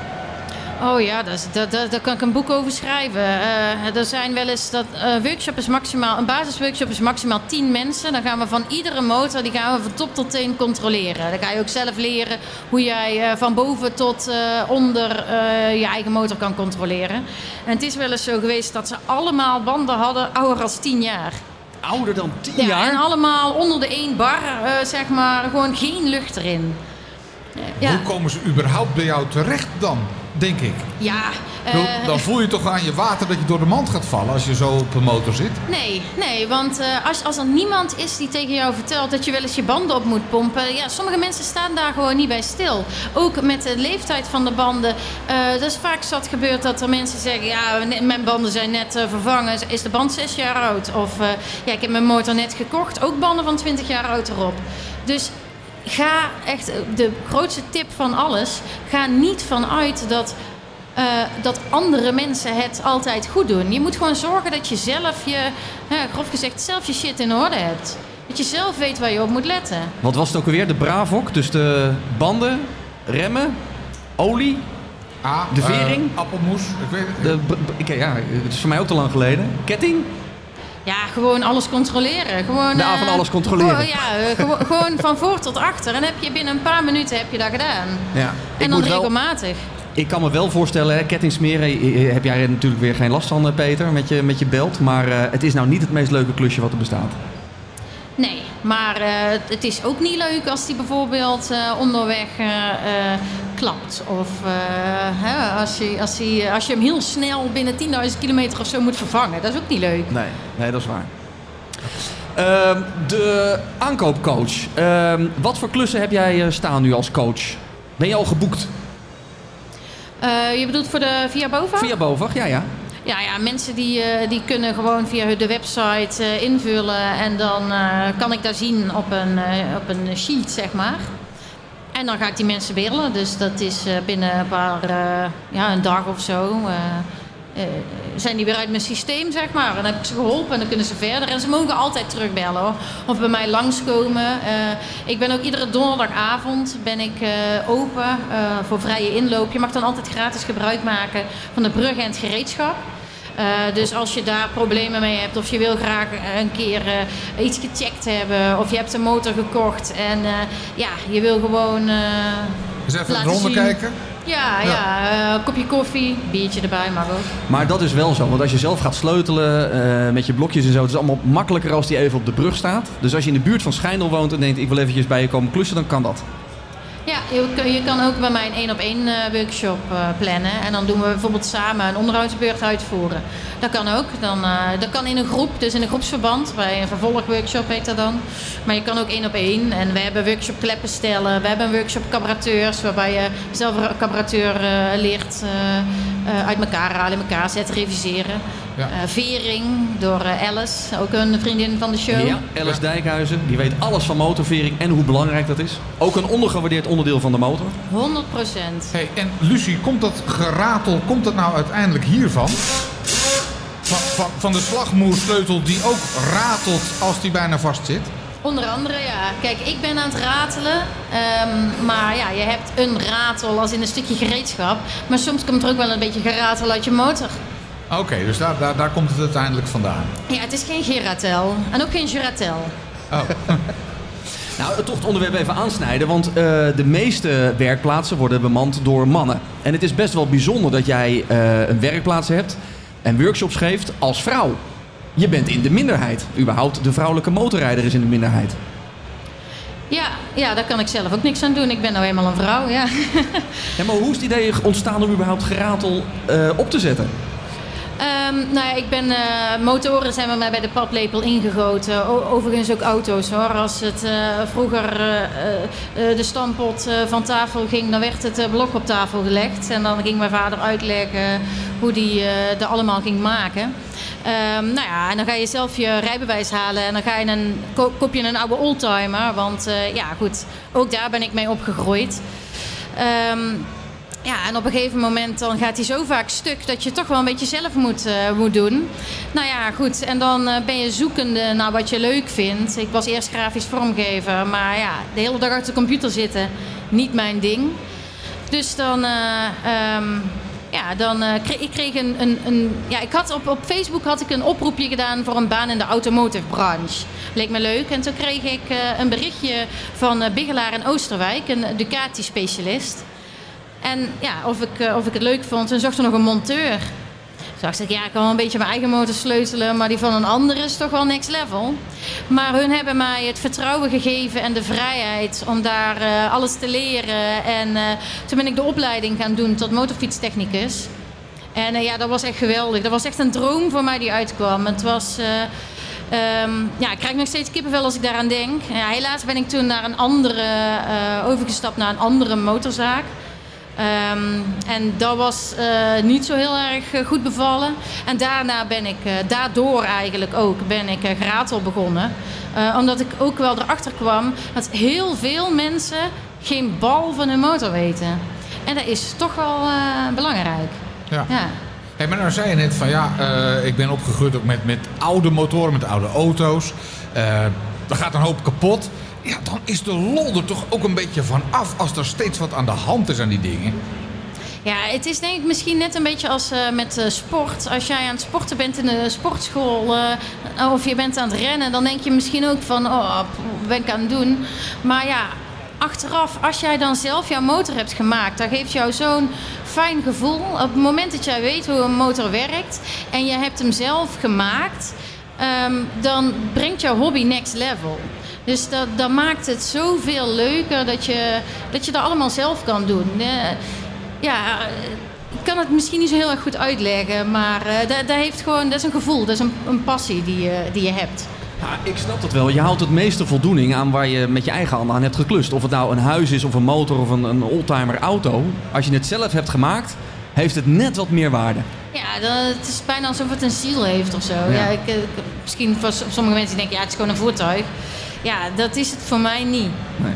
S4: Oh ja, daar dat, dat, daar kan ik een boek over schrijven. Uh, er zijn wel eens dat uh, workshop is maximaal, een basisworkshop is maximaal tien mensen. Dan gaan we van iedere motor, die gaan we van top tot teen controleren. Dan ga je ook zelf leren hoe jij uh, van boven tot uh, onder uh, je eigen motor kan controleren. En het is wel eens zo geweest dat ze allemaal banden hadden ouder dan tien jaar.
S3: Ouder dan tien
S4: Ja,
S3: jaar?
S4: en allemaal onder de één bar, uh, zeg maar, gewoon geen lucht erin. Ja.
S2: Hoe komen ze überhaupt bij jou terecht dan, denk ik?
S4: Ja,
S2: Ik bedoel,
S4: uh,
S2: dan voel je toch aan je water dat je door de mand gaat vallen als je zo op een motor zit?
S4: Nee, nee, want uh, als, als er niemand is die tegen jou vertelt dat je wel eens je banden op moet pompen... Ja, sommige mensen staan daar gewoon niet bij stil. Ook met de leeftijd van de banden. Uh, dat is vaak zat gebeurd dat er mensen zeggen... Ja, mijn banden zijn net uh, vervangen. Is de band zes jaar oud? Of uh, ja, ik heb mijn motor net gekocht. Ook banden van twintig jaar oud erop. Dus... Ga echt, de grootste tip van alles, ga niet vanuit dat, uh, dat andere mensen het altijd goed doen. Je moet gewoon zorgen dat je zelf je, uh, grof gezegd, zelf je shit in orde hebt. Dat je zelf weet waar je op moet letten.
S3: Wat was het ook alweer? De Bravok, dus de banden, remmen, olie,
S2: Ah,
S3: De vering?
S2: Uh, appelmoes, ik weet het.
S3: de, b- b- ik, ja, het is voor mij ook te lang geleden. Ketting?
S4: Ja, gewoon alles controleren. Gewoon,
S3: De A van
S4: uh,
S3: alles controleren.
S4: Gewoon, ja, uh, gewo- gewoon van voor tot achter. En heb je binnen een paar minuten heb je dat gedaan.
S3: Ja. Ik
S4: En dan
S3: moet wel-
S4: regelmatig.
S3: Ik kan me wel voorstellen, hè, ketting smeren, eh, eh, heb jij er natuurlijk weer geen last van, eh, Peter, met je, met je belt. Maar uh, het is nou niet het meest leuke klusje wat er bestaat.
S4: Nee, maar uh, het is ook niet leuk als die bijvoorbeeld uh, onderweg uh, uh, klapt. Of uh, hè, als, je, als, die, als je hem heel snel binnen tienduizend kilometer of zo moet vervangen. Dat is ook niet leuk.
S3: Nee, nee, dat is waar. Uh, de aankoopcoach. Uh, wat voor klussen heb jij uh, staan nu als coach? Ben je al geboekt?
S4: Uh, je bedoelt voor de Via Bova?
S3: Via Bovag, ja, ja.
S4: Ja, ja, mensen die, uh, die kunnen gewoon via de website uh, invullen. En dan uh, kan ik daar zien op een, uh, op een sheet, zeg maar. En dan ga ik die mensen bellen. Dus dat is uh, binnen een paar, uh, ja, een dag of zo. Uh, uh, zijn die weer uit mijn systeem, zeg maar. En dan heb ik ze geholpen en dan kunnen ze verder. En ze mogen altijd terugbellen, hoor. Of bij mij langskomen. Uh, ik ben ook iedere donderdagavond ben ik, uh, open uh, voor vrije inloop. Je mag dan altijd gratis gebruik maken van de brug en het gereedschap. Uh, dus als je daar problemen mee hebt of je wil graag een keer uh, iets gecheckt hebben of je hebt een motor gekocht en uh, ja, je wil gewoon uh,
S2: Dus even
S4: laten
S2: rondom
S4: zien.
S2: kijken.
S4: Ja, ja, uh, kopje koffie, biertje erbij mag ook.
S3: Maar dat is wel zo, want als je zelf gaat sleutelen uh, met je blokjes en zo, het is allemaal makkelijker als die even op de brug staat. Dus als je in de buurt van Schijndel woont en denkt ik wil eventjes bij je komen klussen, dan kan dat.
S4: Ja, je, je kan ook bij mij een één op één uh, workshop uh, plannen. En dan doen we bijvoorbeeld samen een onderhoudsbeurt uitvoeren. Dat kan ook. Dan, uh, dat kan in een groep, dus in een groepsverband. Bij een vervolgworkshop heet dat dan. Maar je kan ook één op één. En we hebben workshop kleppen stellen. We hebben een workshop cabareteurs. Waarbij je zelf een cabarateur uh, leert uh, uh, uit elkaar halen, in elkaar zetten, reviseren. Ja. Uh, Vering door uh, Alice, ook een vriendin van de show.
S3: Ja, Alice Dijkhuizen, die weet alles van motorvering en hoe belangrijk dat is. Ook een ondergewaardeerd onderdeel van de motor.
S4: honderd procent.
S2: Hey, en Lucie, komt dat geratel, komt dat nou uiteindelijk hiervan? Van, van, van de slagmoersleutel die ook ratelt als die bijna vast zit?
S4: Onder andere, ja. Kijk, ik ben aan het ratelen. Um, maar ja, je hebt een ratel als in een stukje gereedschap. Maar soms komt er ook wel een beetje geratel uit je motor.
S2: Oké, okay, dus daar, daar, daar komt het uiteindelijk vandaan.
S4: Ja, het is geen Geratel. En ook geen Geratel.
S2: Oh.
S3: Nou, toch het onderwerp even aansnijden. Want uh, de meeste werkplaatsen worden bemand door mannen. En het is best wel bijzonder dat jij uh, een werkplaats hebt en workshops geeft als vrouw. Je bent in de minderheid. Überhaupt de vrouwelijke motorrijder is in de minderheid.
S4: Ja, ja, daar kan ik zelf ook niks aan doen. Ik ben nou eenmaal een vrouw, ja.
S3: Ja, maar hoe is het idee ontstaan om überhaupt geratel uh, op te zetten?
S4: Um, nou ja, ik ben, uh, motoren zijn bij mij bij de paplepel ingegoten. O- overigens ook auto's hoor. Als het uh, vroeger uh, uh, de stampot uh, van tafel ging, dan werd het uh, blok op tafel gelegd. En dan ging mijn vader uitleggen hoe die uh, dat allemaal ging maken. Um, nou ja, en dan ga je zelf je rijbewijs halen en dan ga je een, ko- koop je een oude oldtimer. Want uh, ja goed, ook daar ben ik mee opgegroeid. Um, Ja, en op een gegeven moment dan gaat hij zo vaak stuk dat je toch wel een beetje zelf moet, uh, moet doen. Nou ja, goed. En dan uh, ben je zoekende naar wat je leuk vindt. Ik was eerst grafisch vormgever, maar ja, de hele dag achter de computer zitten, niet mijn ding. Dus dan, uh, um, ja, dan uh, kreeg ik kreeg een, een, een, ja, ik had op, op Facebook had ik een oproepje gedaan voor een baan in de automotive branche. Leek me leuk. En toen kreeg ik uh, een berichtje van uh, Bigelaar in Oosterwijk, een Ducati specialist. En ja, of ik, uh, of ik het leuk vond. Toen zocht er nog een monteur. Toen dacht ik, ja, ik kan wel een beetje mijn eigen motor sleutelen. Maar die van een ander is toch wel next level. Maar hun hebben mij het vertrouwen gegeven en de vrijheid om daar uh, alles te leren. En uh, toen ben ik de opleiding gaan doen tot motorfietstechnicus. En uh, ja, dat was echt geweldig. Dat was echt een droom voor mij die uitkwam. Het was... Uh, Um, ja, ik krijg nog steeds kippenvel als ik daaraan denk. Ja, helaas ben ik toen naar een andere, uh, overgestapt naar een andere motorzaak. Um, en dat was uh, niet zo heel erg uh, goed bevallen. En daarna ben ik, uh, daardoor eigenlijk ook, ben ik uh, geratel begonnen. Uh, omdat ik ook wel erachter kwam dat heel veel mensen geen bal van hun motor weten. En dat is toch wel uh, belangrijk.
S2: Ja.
S4: Ja.
S2: Hey, maar nou zei je net van ja, uh, ik ben opgegroeid ook met, met oude motoren, met oude auto's. Uh, er gaat een hoop kapot. Ja, dan is de lol er toch ook een beetje van af als er steeds wat aan de hand is aan die dingen.
S4: Ja, het is denk ik misschien net een beetje als uh, met uh, sport. Als jij aan het sporten bent in de sportschool uh, of je bent aan het rennen, dan denk je misschien ook van, oh, wat ben ik aan het doen? Maar ja, achteraf, als jij dan zelf jouw motor hebt gemaakt, dat geeft jou zo'n fijn gevoel. Op het moment dat jij weet hoe een motor werkt en je hebt hem zelf gemaakt, um, dan brengt jouw hobby next level. Dus dat, dat maakt het zoveel leuker dat je, dat je dat allemaal zelf kan doen. Uh, ja, ik kan het misschien niet zo heel erg goed uitleggen, maar uh, dat, dat, heeft gewoon, dat is een gevoel, dat is een, een passie die je, die je hebt.
S3: Ja, ik snap dat wel. Je haalt het meeste voldoening aan waar je met je eigen handen aan hebt geklust. Of het nou een huis is of een motor of een, een oldtimer auto. Als je het zelf hebt gemaakt, heeft het net wat meer waarde.
S4: Ja, dat, het is bijna alsof het een ziel heeft of zo.
S3: Ja.
S4: Ja, ik, ik, misschien voor sommige mensen denken, ja, het is gewoon een voertuig. Ja, dat is het voor mij niet.
S3: Nee.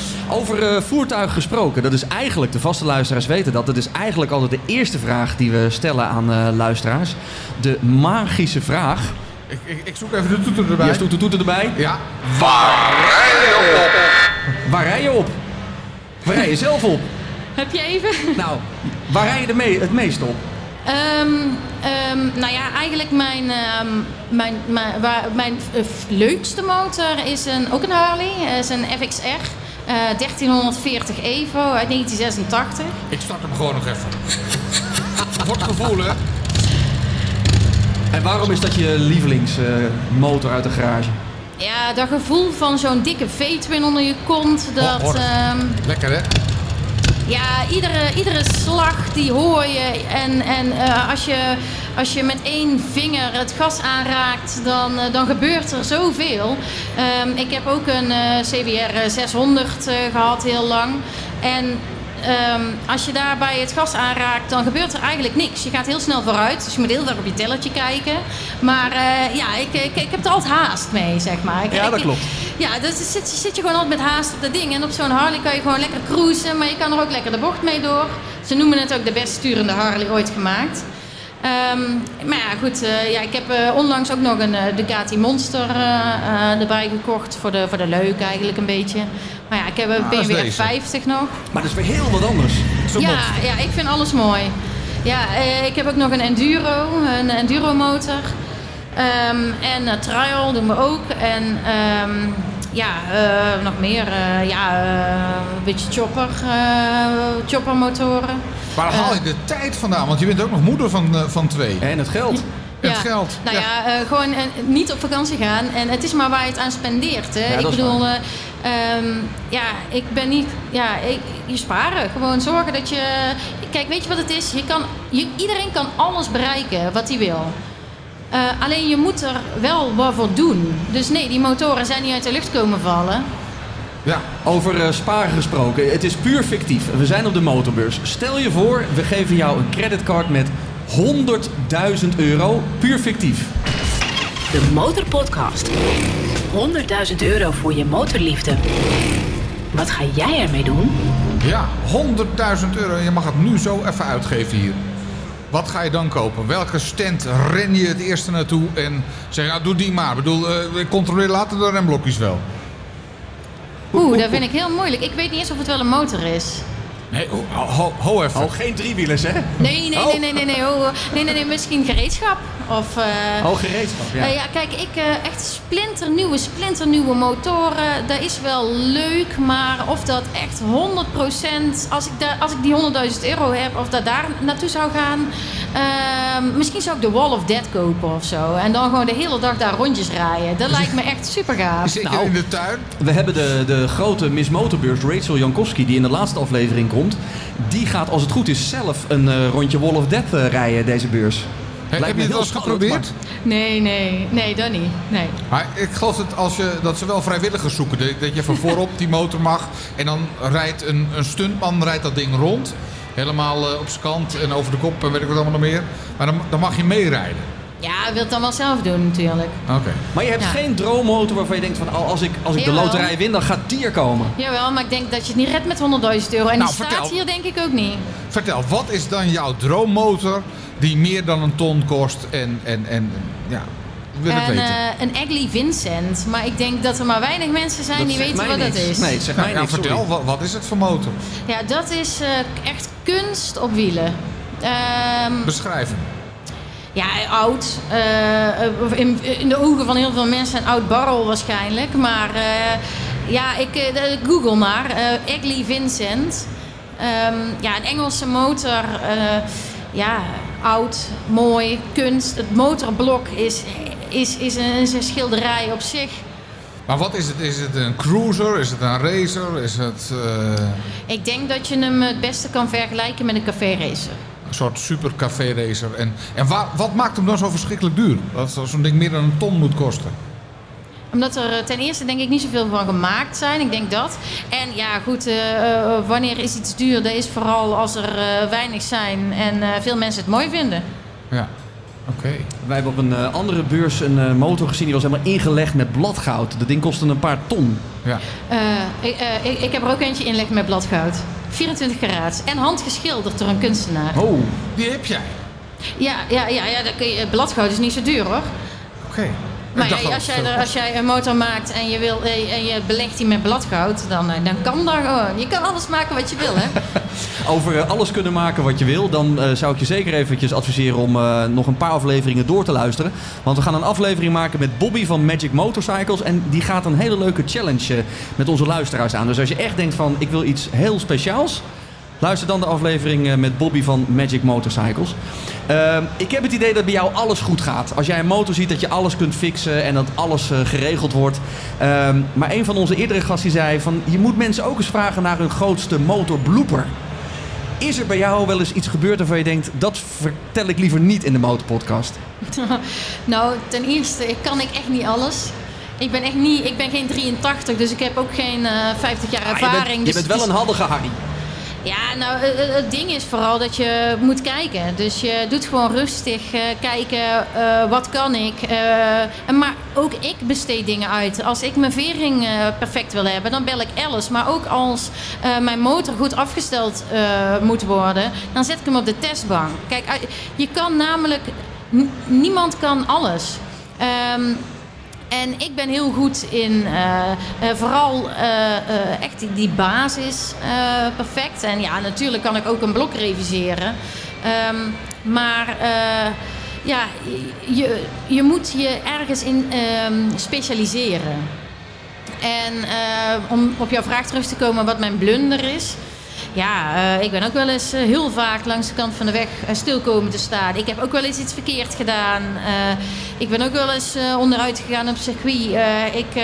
S3: Over uh, voertuigen gesproken, dat is eigenlijk, de vaste luisteraars weten dat, dat is eigenlijk altijd de eerste vraag die we stellen aan uh, luisteraars. De magische vraag.
S2: Ik, ik, ik zoek even de toeter erbij.
S3: Jij zoekt de toeter erbij.
S2: Ja.
S5: Waar rij je op?
S3: Waar rij je op? Waar rij je zelf op?
S4: Heb je even?
S3: Nou, waar rij je de me- het meest op?
S4: Um, um, nou ja, eigenlijk mijn, um, mijn, mijn, waar, mijn uh, leukste motor is een, ook een Harley. Uh, is een F X R uh, dertienhonderdveertig Evo uit negentien zesentachtig.
S2: Ik start hem gewoon nog even. Voor het gevoel, hè?
S3: En waarom is dat je lievelingsmotor uh, uit de garage?
S4: Ja, dat gevoel van zo'n dikke V-twin onder je kont. Dat,
S2: Oh,
S4: um,
S2: lekker, hè?
S4: Ja, iedere, iedere slag die hoor je. En, en uh, als, je, als je met één vinger het gas aanraakt, dan, uh, dan gebeurt er zoveel. Um, ik heb ook een uh, C B R zeshonderd uh, gehad heel lang. En um, als je daarbij het gas aanraakt, dan gebeurt er eigenlijk niks. Je gaat heel snel vooruit, dus je moet heel erg op je tellertje kijken. Maar uh, ja, ik, ik, ik heb er altijd haast mee, zeg maar. Ik,
S3: ja, dat
S4: ik,
S3: klopt.
S4: Ja, dus zit, zit je gewoon altijd met haast op dat ding. En op zo'n Harley kan je gewoon lekker cruisen, maar je kan er ook lekker de bocht mee door. Ze noemen het ook de best sturende Harley ooit gemaakt. Um, maar ja, goed. Uh, ja, ik heb uh, onlangs ook nog een uh, Ducati Monster uh, uh, erbij gekocht. Voor de, voor de leuk eigenlijk een beetje. Maar ja, ik heb een
S2: ah,
S4: B M W F vijftig nog.
S3: Maar dat is weer heel wat anders.
S4: Ja, ja, ik vind alles mooi. Ja, uh, ik heb ook nog een Enduro, een Enduro motor. Um, en uh, Trial doen we ook. En um, ja, uh, nog meer. Uh, ja, uh, een beetje chopper, uh, choppermotoren.
S2: Waar haal je de tijd vandaan? Want je bent ook nog moeder van, uh, van twee.
S3: En het geld.
S2: En
S4: Ja.
S2: het geld.
S4: Nou
S2: Ja.
S4: ja, uh, gewoon uh, niet op vakantie gaan. En het is maar waar je het aan spendeert. Hè.
S3: Ja,
S4: ik
S3: dat is
S4: bedoel, uh, um, ja, ik ben niet... Ja, ik, je sparen. Gewoon zorgen dat je... Kijk, weet je wat het is? Je kan, je, iedereen kan alles bereiken wat hij wil. Uh, alleen je moet er wel wat voor doen. Dus nee, die motoren zijn niet uit de lucht komen vallen.
S2: Ja.
S3: Over uh, sparen gesproken. Het is puur fictief. We zijn op de motorbeurs. Stel je voor, we geven jou een creditcard met honderdduizend euro. Puur fictief.
S1: De Motorpodcast. honderdduizend euro voor je motorliefde. Wat ga jij ermee doen?
S2: Ja, honderdduizend euro. Je mag het nu zo even uitgeven hier. Wat ga je dan kopen? Welke stand ren je het eerste naartoe en zeg, nou doe die maar. Ik bedoel, uh, ik controleer later de remblokjes wel.
S4: Oeh, dat vind ik heel moeilijk. Ik weet niet eens of het wel een motor is.
S2: Nee, ho, ho, ho even.
S3: Oh, geen driewielers, hè?
S4: Nee, nee,
S3: Oh.
S4: nee, nee, nee, nee, oh, nee, nee, nee, misschien gereedschap. Of, uh,
S3: Oh, gereedschap, ja.
S4: Uh, ja, kijk, ik uh, echt splinternieuwe, splinternieuwe motoren, dat is wel leuk, maar of dat echt honderd procent, als ik, da- als ik die honderdduizend euro heb, of dat daar naartoe zou gaan, uh, misschien zou ik de Wall of Death kopen of zo. En dan gewoon de hele dag daar rondjes rijden. Dat lijkt me echt super gaaf.
S2: Zit je
S3: Nou.
S2: in de tuin?
S3: We hebben de, de grote Miss Motorbeurs, Rachel Jankowski, die in de laatste aflevering komt. Die gaat, als het goed is, zelf een uh, rondje Wall of Death uh, rijden, deze beurs.
S2: He, heb je het wel eens geprobeerd?
S4: Nee, nee, nee, dat niet. Nee.
S2: Maar ik geloof dat, als je, dat ze wel vrijwilligers zoeken. Dat, dat je van voorop die motor mag. En dan rijdt een, een stuntman rijdt dat ding rond. Helemaal uh, op zijn kant en over de kop en weet ik wat allemaal nog meer. Maar dan, dan mag je meerijden.
S4: Ja, wil het dan wel zelf doen natuurlijk.
S2: Oké. Okay.
S3: Maar je hebt
S4: Ja.
S3: geen droommotor waarvan je denkt van, oh, als ik, als ik de
S4: Jawel.
S3: loterij win, dan gaat die er komen.
S4: Jawel, maar ik denk dat je het niet redt met honderdduizend euro. En
S2: Nou,
S4: die staat
S2: vertel.
S4: hier denk ik ook niet.
S2: Vertel, wat is dan jouw droommotor die meer dan een ton kost? En, en, en ja, ik wil het
S4: Een,
S2: weten.
S4: uh, een Egli Vincent. Maar ik denk dat er maar weinig mensen zijn
S3: Dat
S4: die
S3: zegt
S4: weten
S3: mij
S4: wat dat
S3: niks.
S4: is.
S3: Nee, zeg
S2: Nou,
S3: mij
S2: ja,
S3: niks,
S2: vertel,
S3: sorry.
S2: wat, wat is het voor motor?
S4: Ja, dat is uh, echt kunst op wielen. Ehm,
S2: Beschrijven.
S4: ja, oud. Uh, in, in de ogen van heel veel mensen een oud barrel waarschijnlijk. Maar uh, ja, ik, uh, Google maar. Uh, Egli Vincent. Um, ja, een Engelse motor. Uh, ja, oud, mooi, kunst. Het motorblok is, is, is, een, is een schilderij op zich.
S2: Maar wat is het? Is het een cruiser? Is het een racer? Is het uh,
S4: Ik denk dat je hem het beste kan vergelijken met een café-racer.
S2: een soort super café racer? En, en waar, wat maakt hem dan zo verschrikkelijk duur? Dat zo'n ding meer dan een ton moet kosten.
S4: Omdat er uh, ten eerste denk ik niet zoveel van gemaakt zijn. Ik denk dat. En ja, goed, uh, uh, wanneer is iets duur? Dat is vooral als er uh, weinig zijn en uh, veel mensen het mooi vinden.
S2: Ja, oké. Okay.
S3: Wij hebben op een uh, andere beurs een uh, motor gezien die was helemaal ingelegd met bladgoud. Dat ding kostte een paar ton.
S2: Ja.
S4: Uh, ik, uh, ik, ik heb er ook eentje inlegd met bladgoud. vierentwintig karaat. En handgeschilderd door een kunstenaar.
S3: Oh,
S2: Die heb jij?
S4: Ja, ja, ja, ja dat kun je, bladgoud is niet zo duur hoor.
S2: Oké. Okay.
S4: Maar ja, als, jij er, als jij een motor maakt en je, wil, en je belegt die met bladgoud, dan, dan kan dat gewoon. Je kan alles maken wat je wil, hè?
S3: over uh, alles kunnen maken wat je wil, dan uh, zou ik je zeker eventjes adviseren om uh, nog een paar afleveringen door te luisteren. Want we gaan een aflevering maken met Bobby van Magic Motorcycles. En die gaat een hele leuke challenge uh, met onze luisteraars aan. Dus als je echt denkt van, ik wil iets heel speciaals, luister dan de aflevering uh, met Bobby van Magic Motorcycles. Uh, ik heb het idee dat bij jou alles goed gaat. Als jij een motor ziet, dat je alles kunt fixen en dat alles uh, geregeld wordt. Uh, maar een van onze eerdere gasten zei van, je moet mensen ook eens vragen naar hun grootste motorblooper. Is er bij jou wel eens iets gebeurd waarvan je denkt... dat vertel ik liever niet in de motorpodcast?
S4: Nou, ten eerste, ik kan ik echt niet alles. Ik ben echt niet, ik ben geen drieëntachtig, dus ik heb ook geen uh, vijftig jaar ervaring.
S3: Ah, je bent, je
S4: dus
S3: bent wel een handige Harry.
S4: Ja, nou, het ding is vooral dat je moet kijken. Dus je doet gewoon rustig uh, kijken, uh, wat kan ik. Uh, maar ook ik besteed dingen uit. Als ik mijn vering uh, perfect wil hebben, dan bel ik Alice. Maar ook als uh, mijn motor goed afgesteld uh, moet worden, dan zet ik hem op de testbank. Kijk, je kan namelijk... N- niemand kan alles. Um, En ik ben heel goed in uh, uh, vooral uh, uh, echt die, die basis uh, perfect. En ja, natuurlijk kan ik ook een blok reviseren. Um, maar uh, ja, je, je moet je ergens in um, specialiseren. En uh, om op jouw vraag terug te komen wat mijn blunder is... Ja, uh, ik ben ook wel eens uh, heel vaak langs de kant van de weg uh, stil komen te staan. Ik heb ook wel eens iets verkeerd gedaan. Uh, ik ben ook wel eens uh, onderuit gegaan op circuit. Uh, ik, uh,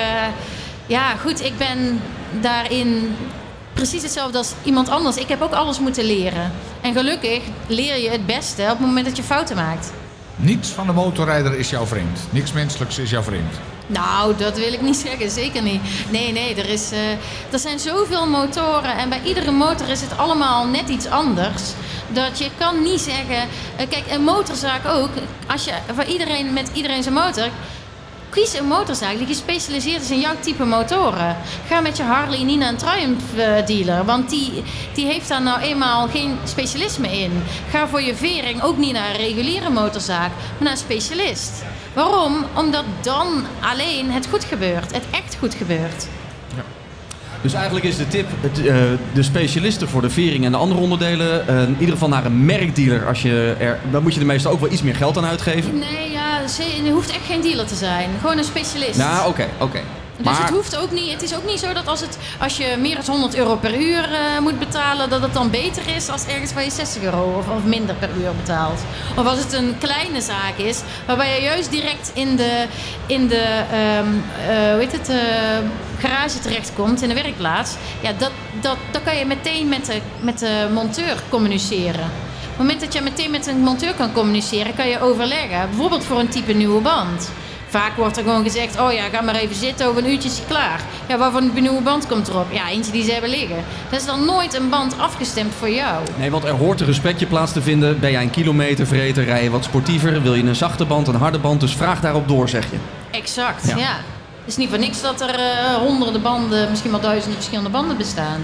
S4: ja, goed, ik ben daarin precies hetzelfde als iemand anders. Ik heb ook alles moeten leren. En gelukkig leer je het beste op het moment dat je fouten maakt.
S2: Niets van de motorrijder is jou vreemd. Niks menselijks is jou vreemd.
S4: Nou, dat wil ik niet zeggen. Zeker niet. Nee, nee, er, is, uh, er zijn zoveel motoren. En bij iedere motor is het allemaal net iets anders. Dat je kan niet zeggen... Uh, kijk, een motorzaak ook. Als je voor iedereen met iedereen zijn motor... Kies een motorzaak die gespecialiseerd is in jouw type motoren. Ga met je Harley niet naar een Triumph uh, dealer. Want die, die heeft daar nou eenmaal geen specialisme in. Ga voor je vering ook niet naar een reguliere motorzaak. Maar naar een specialist. Waarom? Omdat dan alleen het goed gebeurt. Het echt goed gebeurt.
S3: Ja. Dus eigenlijk is de tip, het, uh, de specialisten voor de vering en de andere onderdelen... Uh, in ieder geval naar een merkdealer. Als je er, dan moet je er meestal ook wel iets meer geld aan uitgeven.
S4: Nee, ja, je hoeft echt geen dealer te zijn. Gewoon een specialist.
S3: Nou, oké, okay, oké. Okay.
S4: Dus maar... het hoeft ook niet. Het is ook niet zo dat als, het, als je meer dan honderd euro per uur uh, moet betalen, dat het dan beter is als ergens waar je zestig euro of, of minder per uur betaalt. Of als het een kleine zaak is, waarbij je juist direct in de, in de um, uh, hoe heet het, uh, garage terechtkomt, in de werkplaats. Ja, dat, dat, dan kan je meteen met de, met de monteur communiceren. Op het moment dat je meteen met een monteur kan communiceren, kan je overleggen. Bijvoorbeeld voor een type nieuwe band. Vaak wordt er gewoon gezegd, oh ja, ga maar even zitten, over een uurtje is hij klaar. Ja, waarvoor een nieuwe band komt erop? Ja, eentje die ze hebben liggen. Dat is dan nooit een band afgestemd voor jou.
S3: Nee, want er hoort een respectje plaats te vinden. Ben jij een kilometervreter, rij je wat sportiever, wil je een zachte band, een harde band, dus vraag daarop door, zeg je.
S4: Exact, ja. ja. Het is niet voor niks dat er uh, honderden banden, misschien wel duizenden verschillende banden bestaan.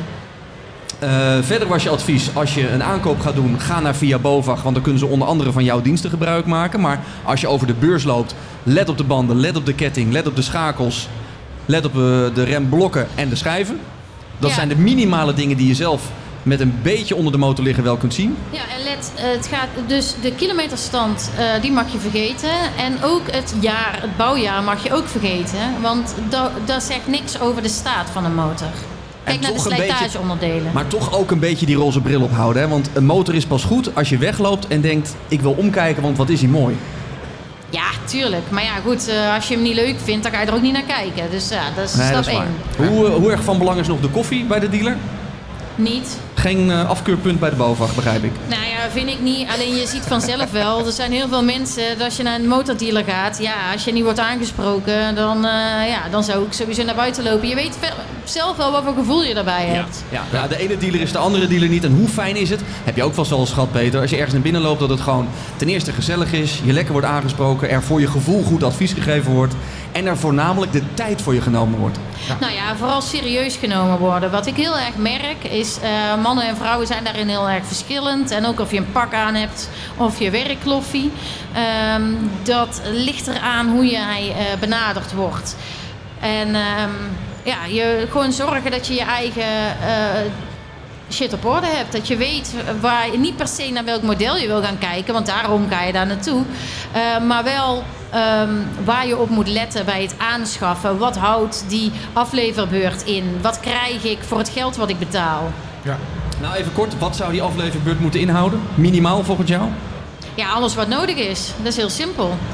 S3: Uh, verder was je advies, als je een aankoop gaat doen, ga naar Via Bovag, want dan kunnen ze onder andere van jouw diensten gebruik maken. Maar als je over de beurs loopt, let op de banden, let op de ketting, let op de schakels, let op uh, de remblokken en de schijven. Dat ja. zijn de minimale dingen die je zelf met een beetje onder de motor liggen wel kunt zien.
S4: Ja, en let, uh, het gaat dus de kilometerstand, uh, die mag je vergeten. En ook het jaar, het bouwjaar mag je ook vergeten. Want dat, dat zegt niks over de staat van een motor. Kijk naar de slijtageonderdelen.
S3: Maar toch ook een beetje die roze bril ophouden. Hè? Want een motor is pas goed als je wegloopt en denkt, ik wil omkijken, want wat is hij mooi.
S4: Ja, tuurlijk. Maar ja, goed, uh, als je hem niet leuk vindt, dan ga je er ook niet naar kijken. Dus ja, dat is
S3: nee,
S4: stap
S3: dat is
S4: één.
S3: Hoe, uh, hoe erg van belang is nog de koffie bij de dealer?
S4: Niet.
S3: Geen uh, afkeurpunt bij de BOVAG, begrijp ik.
S4: Nou ja, vind ik niet. Alleen je ziet vanzelf wel. Er zijn heel veel mensen, dat als je naar een motordealer gaat, ja, als je niet wordt aangesproken, dan, uh, ja, dan zou ik sowieso naar buiten lopen. Je weet zelf wel wat voor gevoel je daarbij hebt.
S3: Ja, ja. ja, de ene dealer is de andere dealer niet. En hoe fijn is het? Heb je ook vast wel eens gehad, Peter. Als je ergens naar binnen loopt, dat het gewoon ten eerste gezellig is, je lekker wordt aangesproken, er voor je gevoel goed advies gegeven wordt en er voornamelijk de tijd voor je genomen wordt.
S4: Ja. Nou ja, vooral serieus genomen worden. Wat ik heel erg merk is, uh, mannen en vrouwen zijn daarin heel erg verschillend. En ook of je een pak aan hebt of je werkkloffie. Um, dat ligt eraan hoe jij uh, benaderd wordt. En um, ja, je gewoon zorgen dat je je eigen uh, shit op orde hebt. Dat je weet waar, niet per se naar welk model je wil gaan kijken, want daarom ga je daar naartoe. Uh, maar wel um, waar je op moet letten bij het aanschaffen. Wat houdt die afleverbeurt in? Wat krijg ik voor het geld wat ik betaal?
S3: Ja. Nou, even kort, wat zou die afleverbeurt moeten inhouden? Minimaal volgens jou?
S4: Ja, alles wat nodig is. Dat is heel simpel.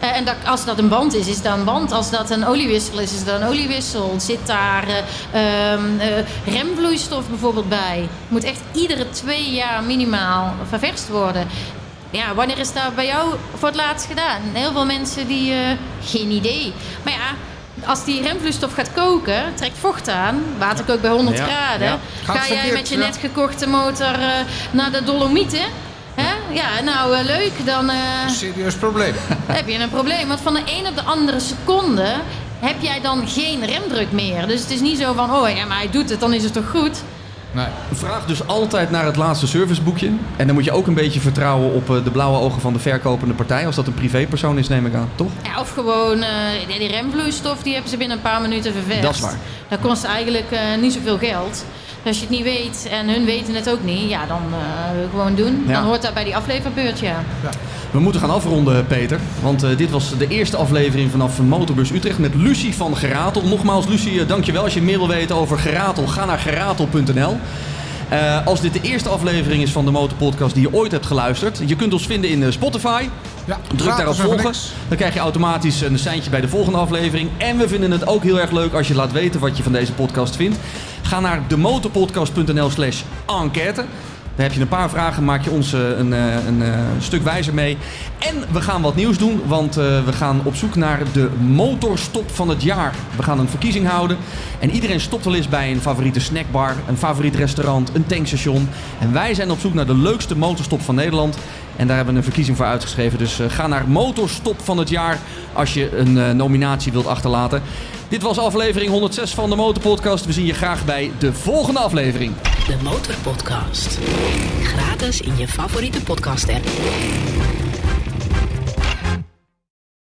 S4: Uh, en dat, als dat een band is, is dat een band. Als dat een oliewissel is, is dat een oliewissel. Zit daar uh, um, uh, remvloeistof bijvoorbeeld bij? Moet echt iedere twee jaar minimaal ververst worden. Ja, wanneer is dat bij jou voor het laatst gedaan? Heel veel mensen die... Uh, geen idee. Maar ja... Als die remvloeistof gaat koken, trekt vocht aan, waterkook bij honderd
S3: ja,
S4: graden.
S3: Ja.
S4: Ga jij met je net gekochte motor uh, naar de Dolomieten? Hè? Ja, nou uh, leuk, dan uh,
S2: serieus probleem.
S4: heb je een probleem. Want van de een op de andere seconde heb jij dan geen remdruk meer. Dus het is niet zo van, oh ja, maar hij doet het, dan is het toch goed?
S2: Nee.
S3: Vraag dus altijd naar het laatste serviceboekje. En dan moet je ook een beetje vertrouwen op de blauwe ogen van de verkopende partij. Als dat een privépersoon is, neem ik aan, toch?
S4: Ja, of gewoon uh, die remvloeistof, die hebben ze binnen een paar minuten ververst.
S3: Dat is waar.
S4: Dat kost eigenlijk uh, niet zoveel geld. Dus als je het niet weet en hun weten het ook niet, ja, dan uh, gewoon doen.
S3: Ja.
S4: Dan hoort dat bij die afleverbeurt, ja.
S2: Ja.
S3: We moeten gaan afronden, Peter. Want uh, dit was de eerste aflevering vanaf Motorbeurs Utrecht met Lucie van Geratel. Nogmaals, Lucie, uh, dankjewel. Als je meer wil weten over Geratel, ga naar geratel punt n l. Uh, als dit de eerste aflevering is van de Motorpodcast die je ooit hebt geluisterd. Je kunt ons vinden in uh, Spotify.
S2: Ja,
S3: Druk daarop volgen. Dan krijg je automatisch een seintje bij de volgende aflevering. En we vinden het ook heel erg leuk als je laat weten wat je van deze podcast vindt. Ga naar demotorpodcast punt n l slash enquête. Daar heb je een paar vragen, maak je ons een, een, een, een stuk wijzer mee. En we gaan wat nieuws doen, want uh, we gaan op zoek naar de motorstop van het jaar. We gaan een verkiezing houden en iedereen stopt wel eens bij een favoriete snackbar, een favoriet restaurant, een tankstation. En wij zijn op zoek naar de leukste motorstop van Nederland. En daar hebben we een verkiezing voor uitgeschreven. Dus uh, ga naar motorstop van het jaar als je een uh, nominatie wilt achterlaten. Dit was aflevering honderdzes van de Motorpodcast. We zien je graag bij de volgende aflevering.
S1: De Motorpodcast. Gratis in je favoriete podcast app.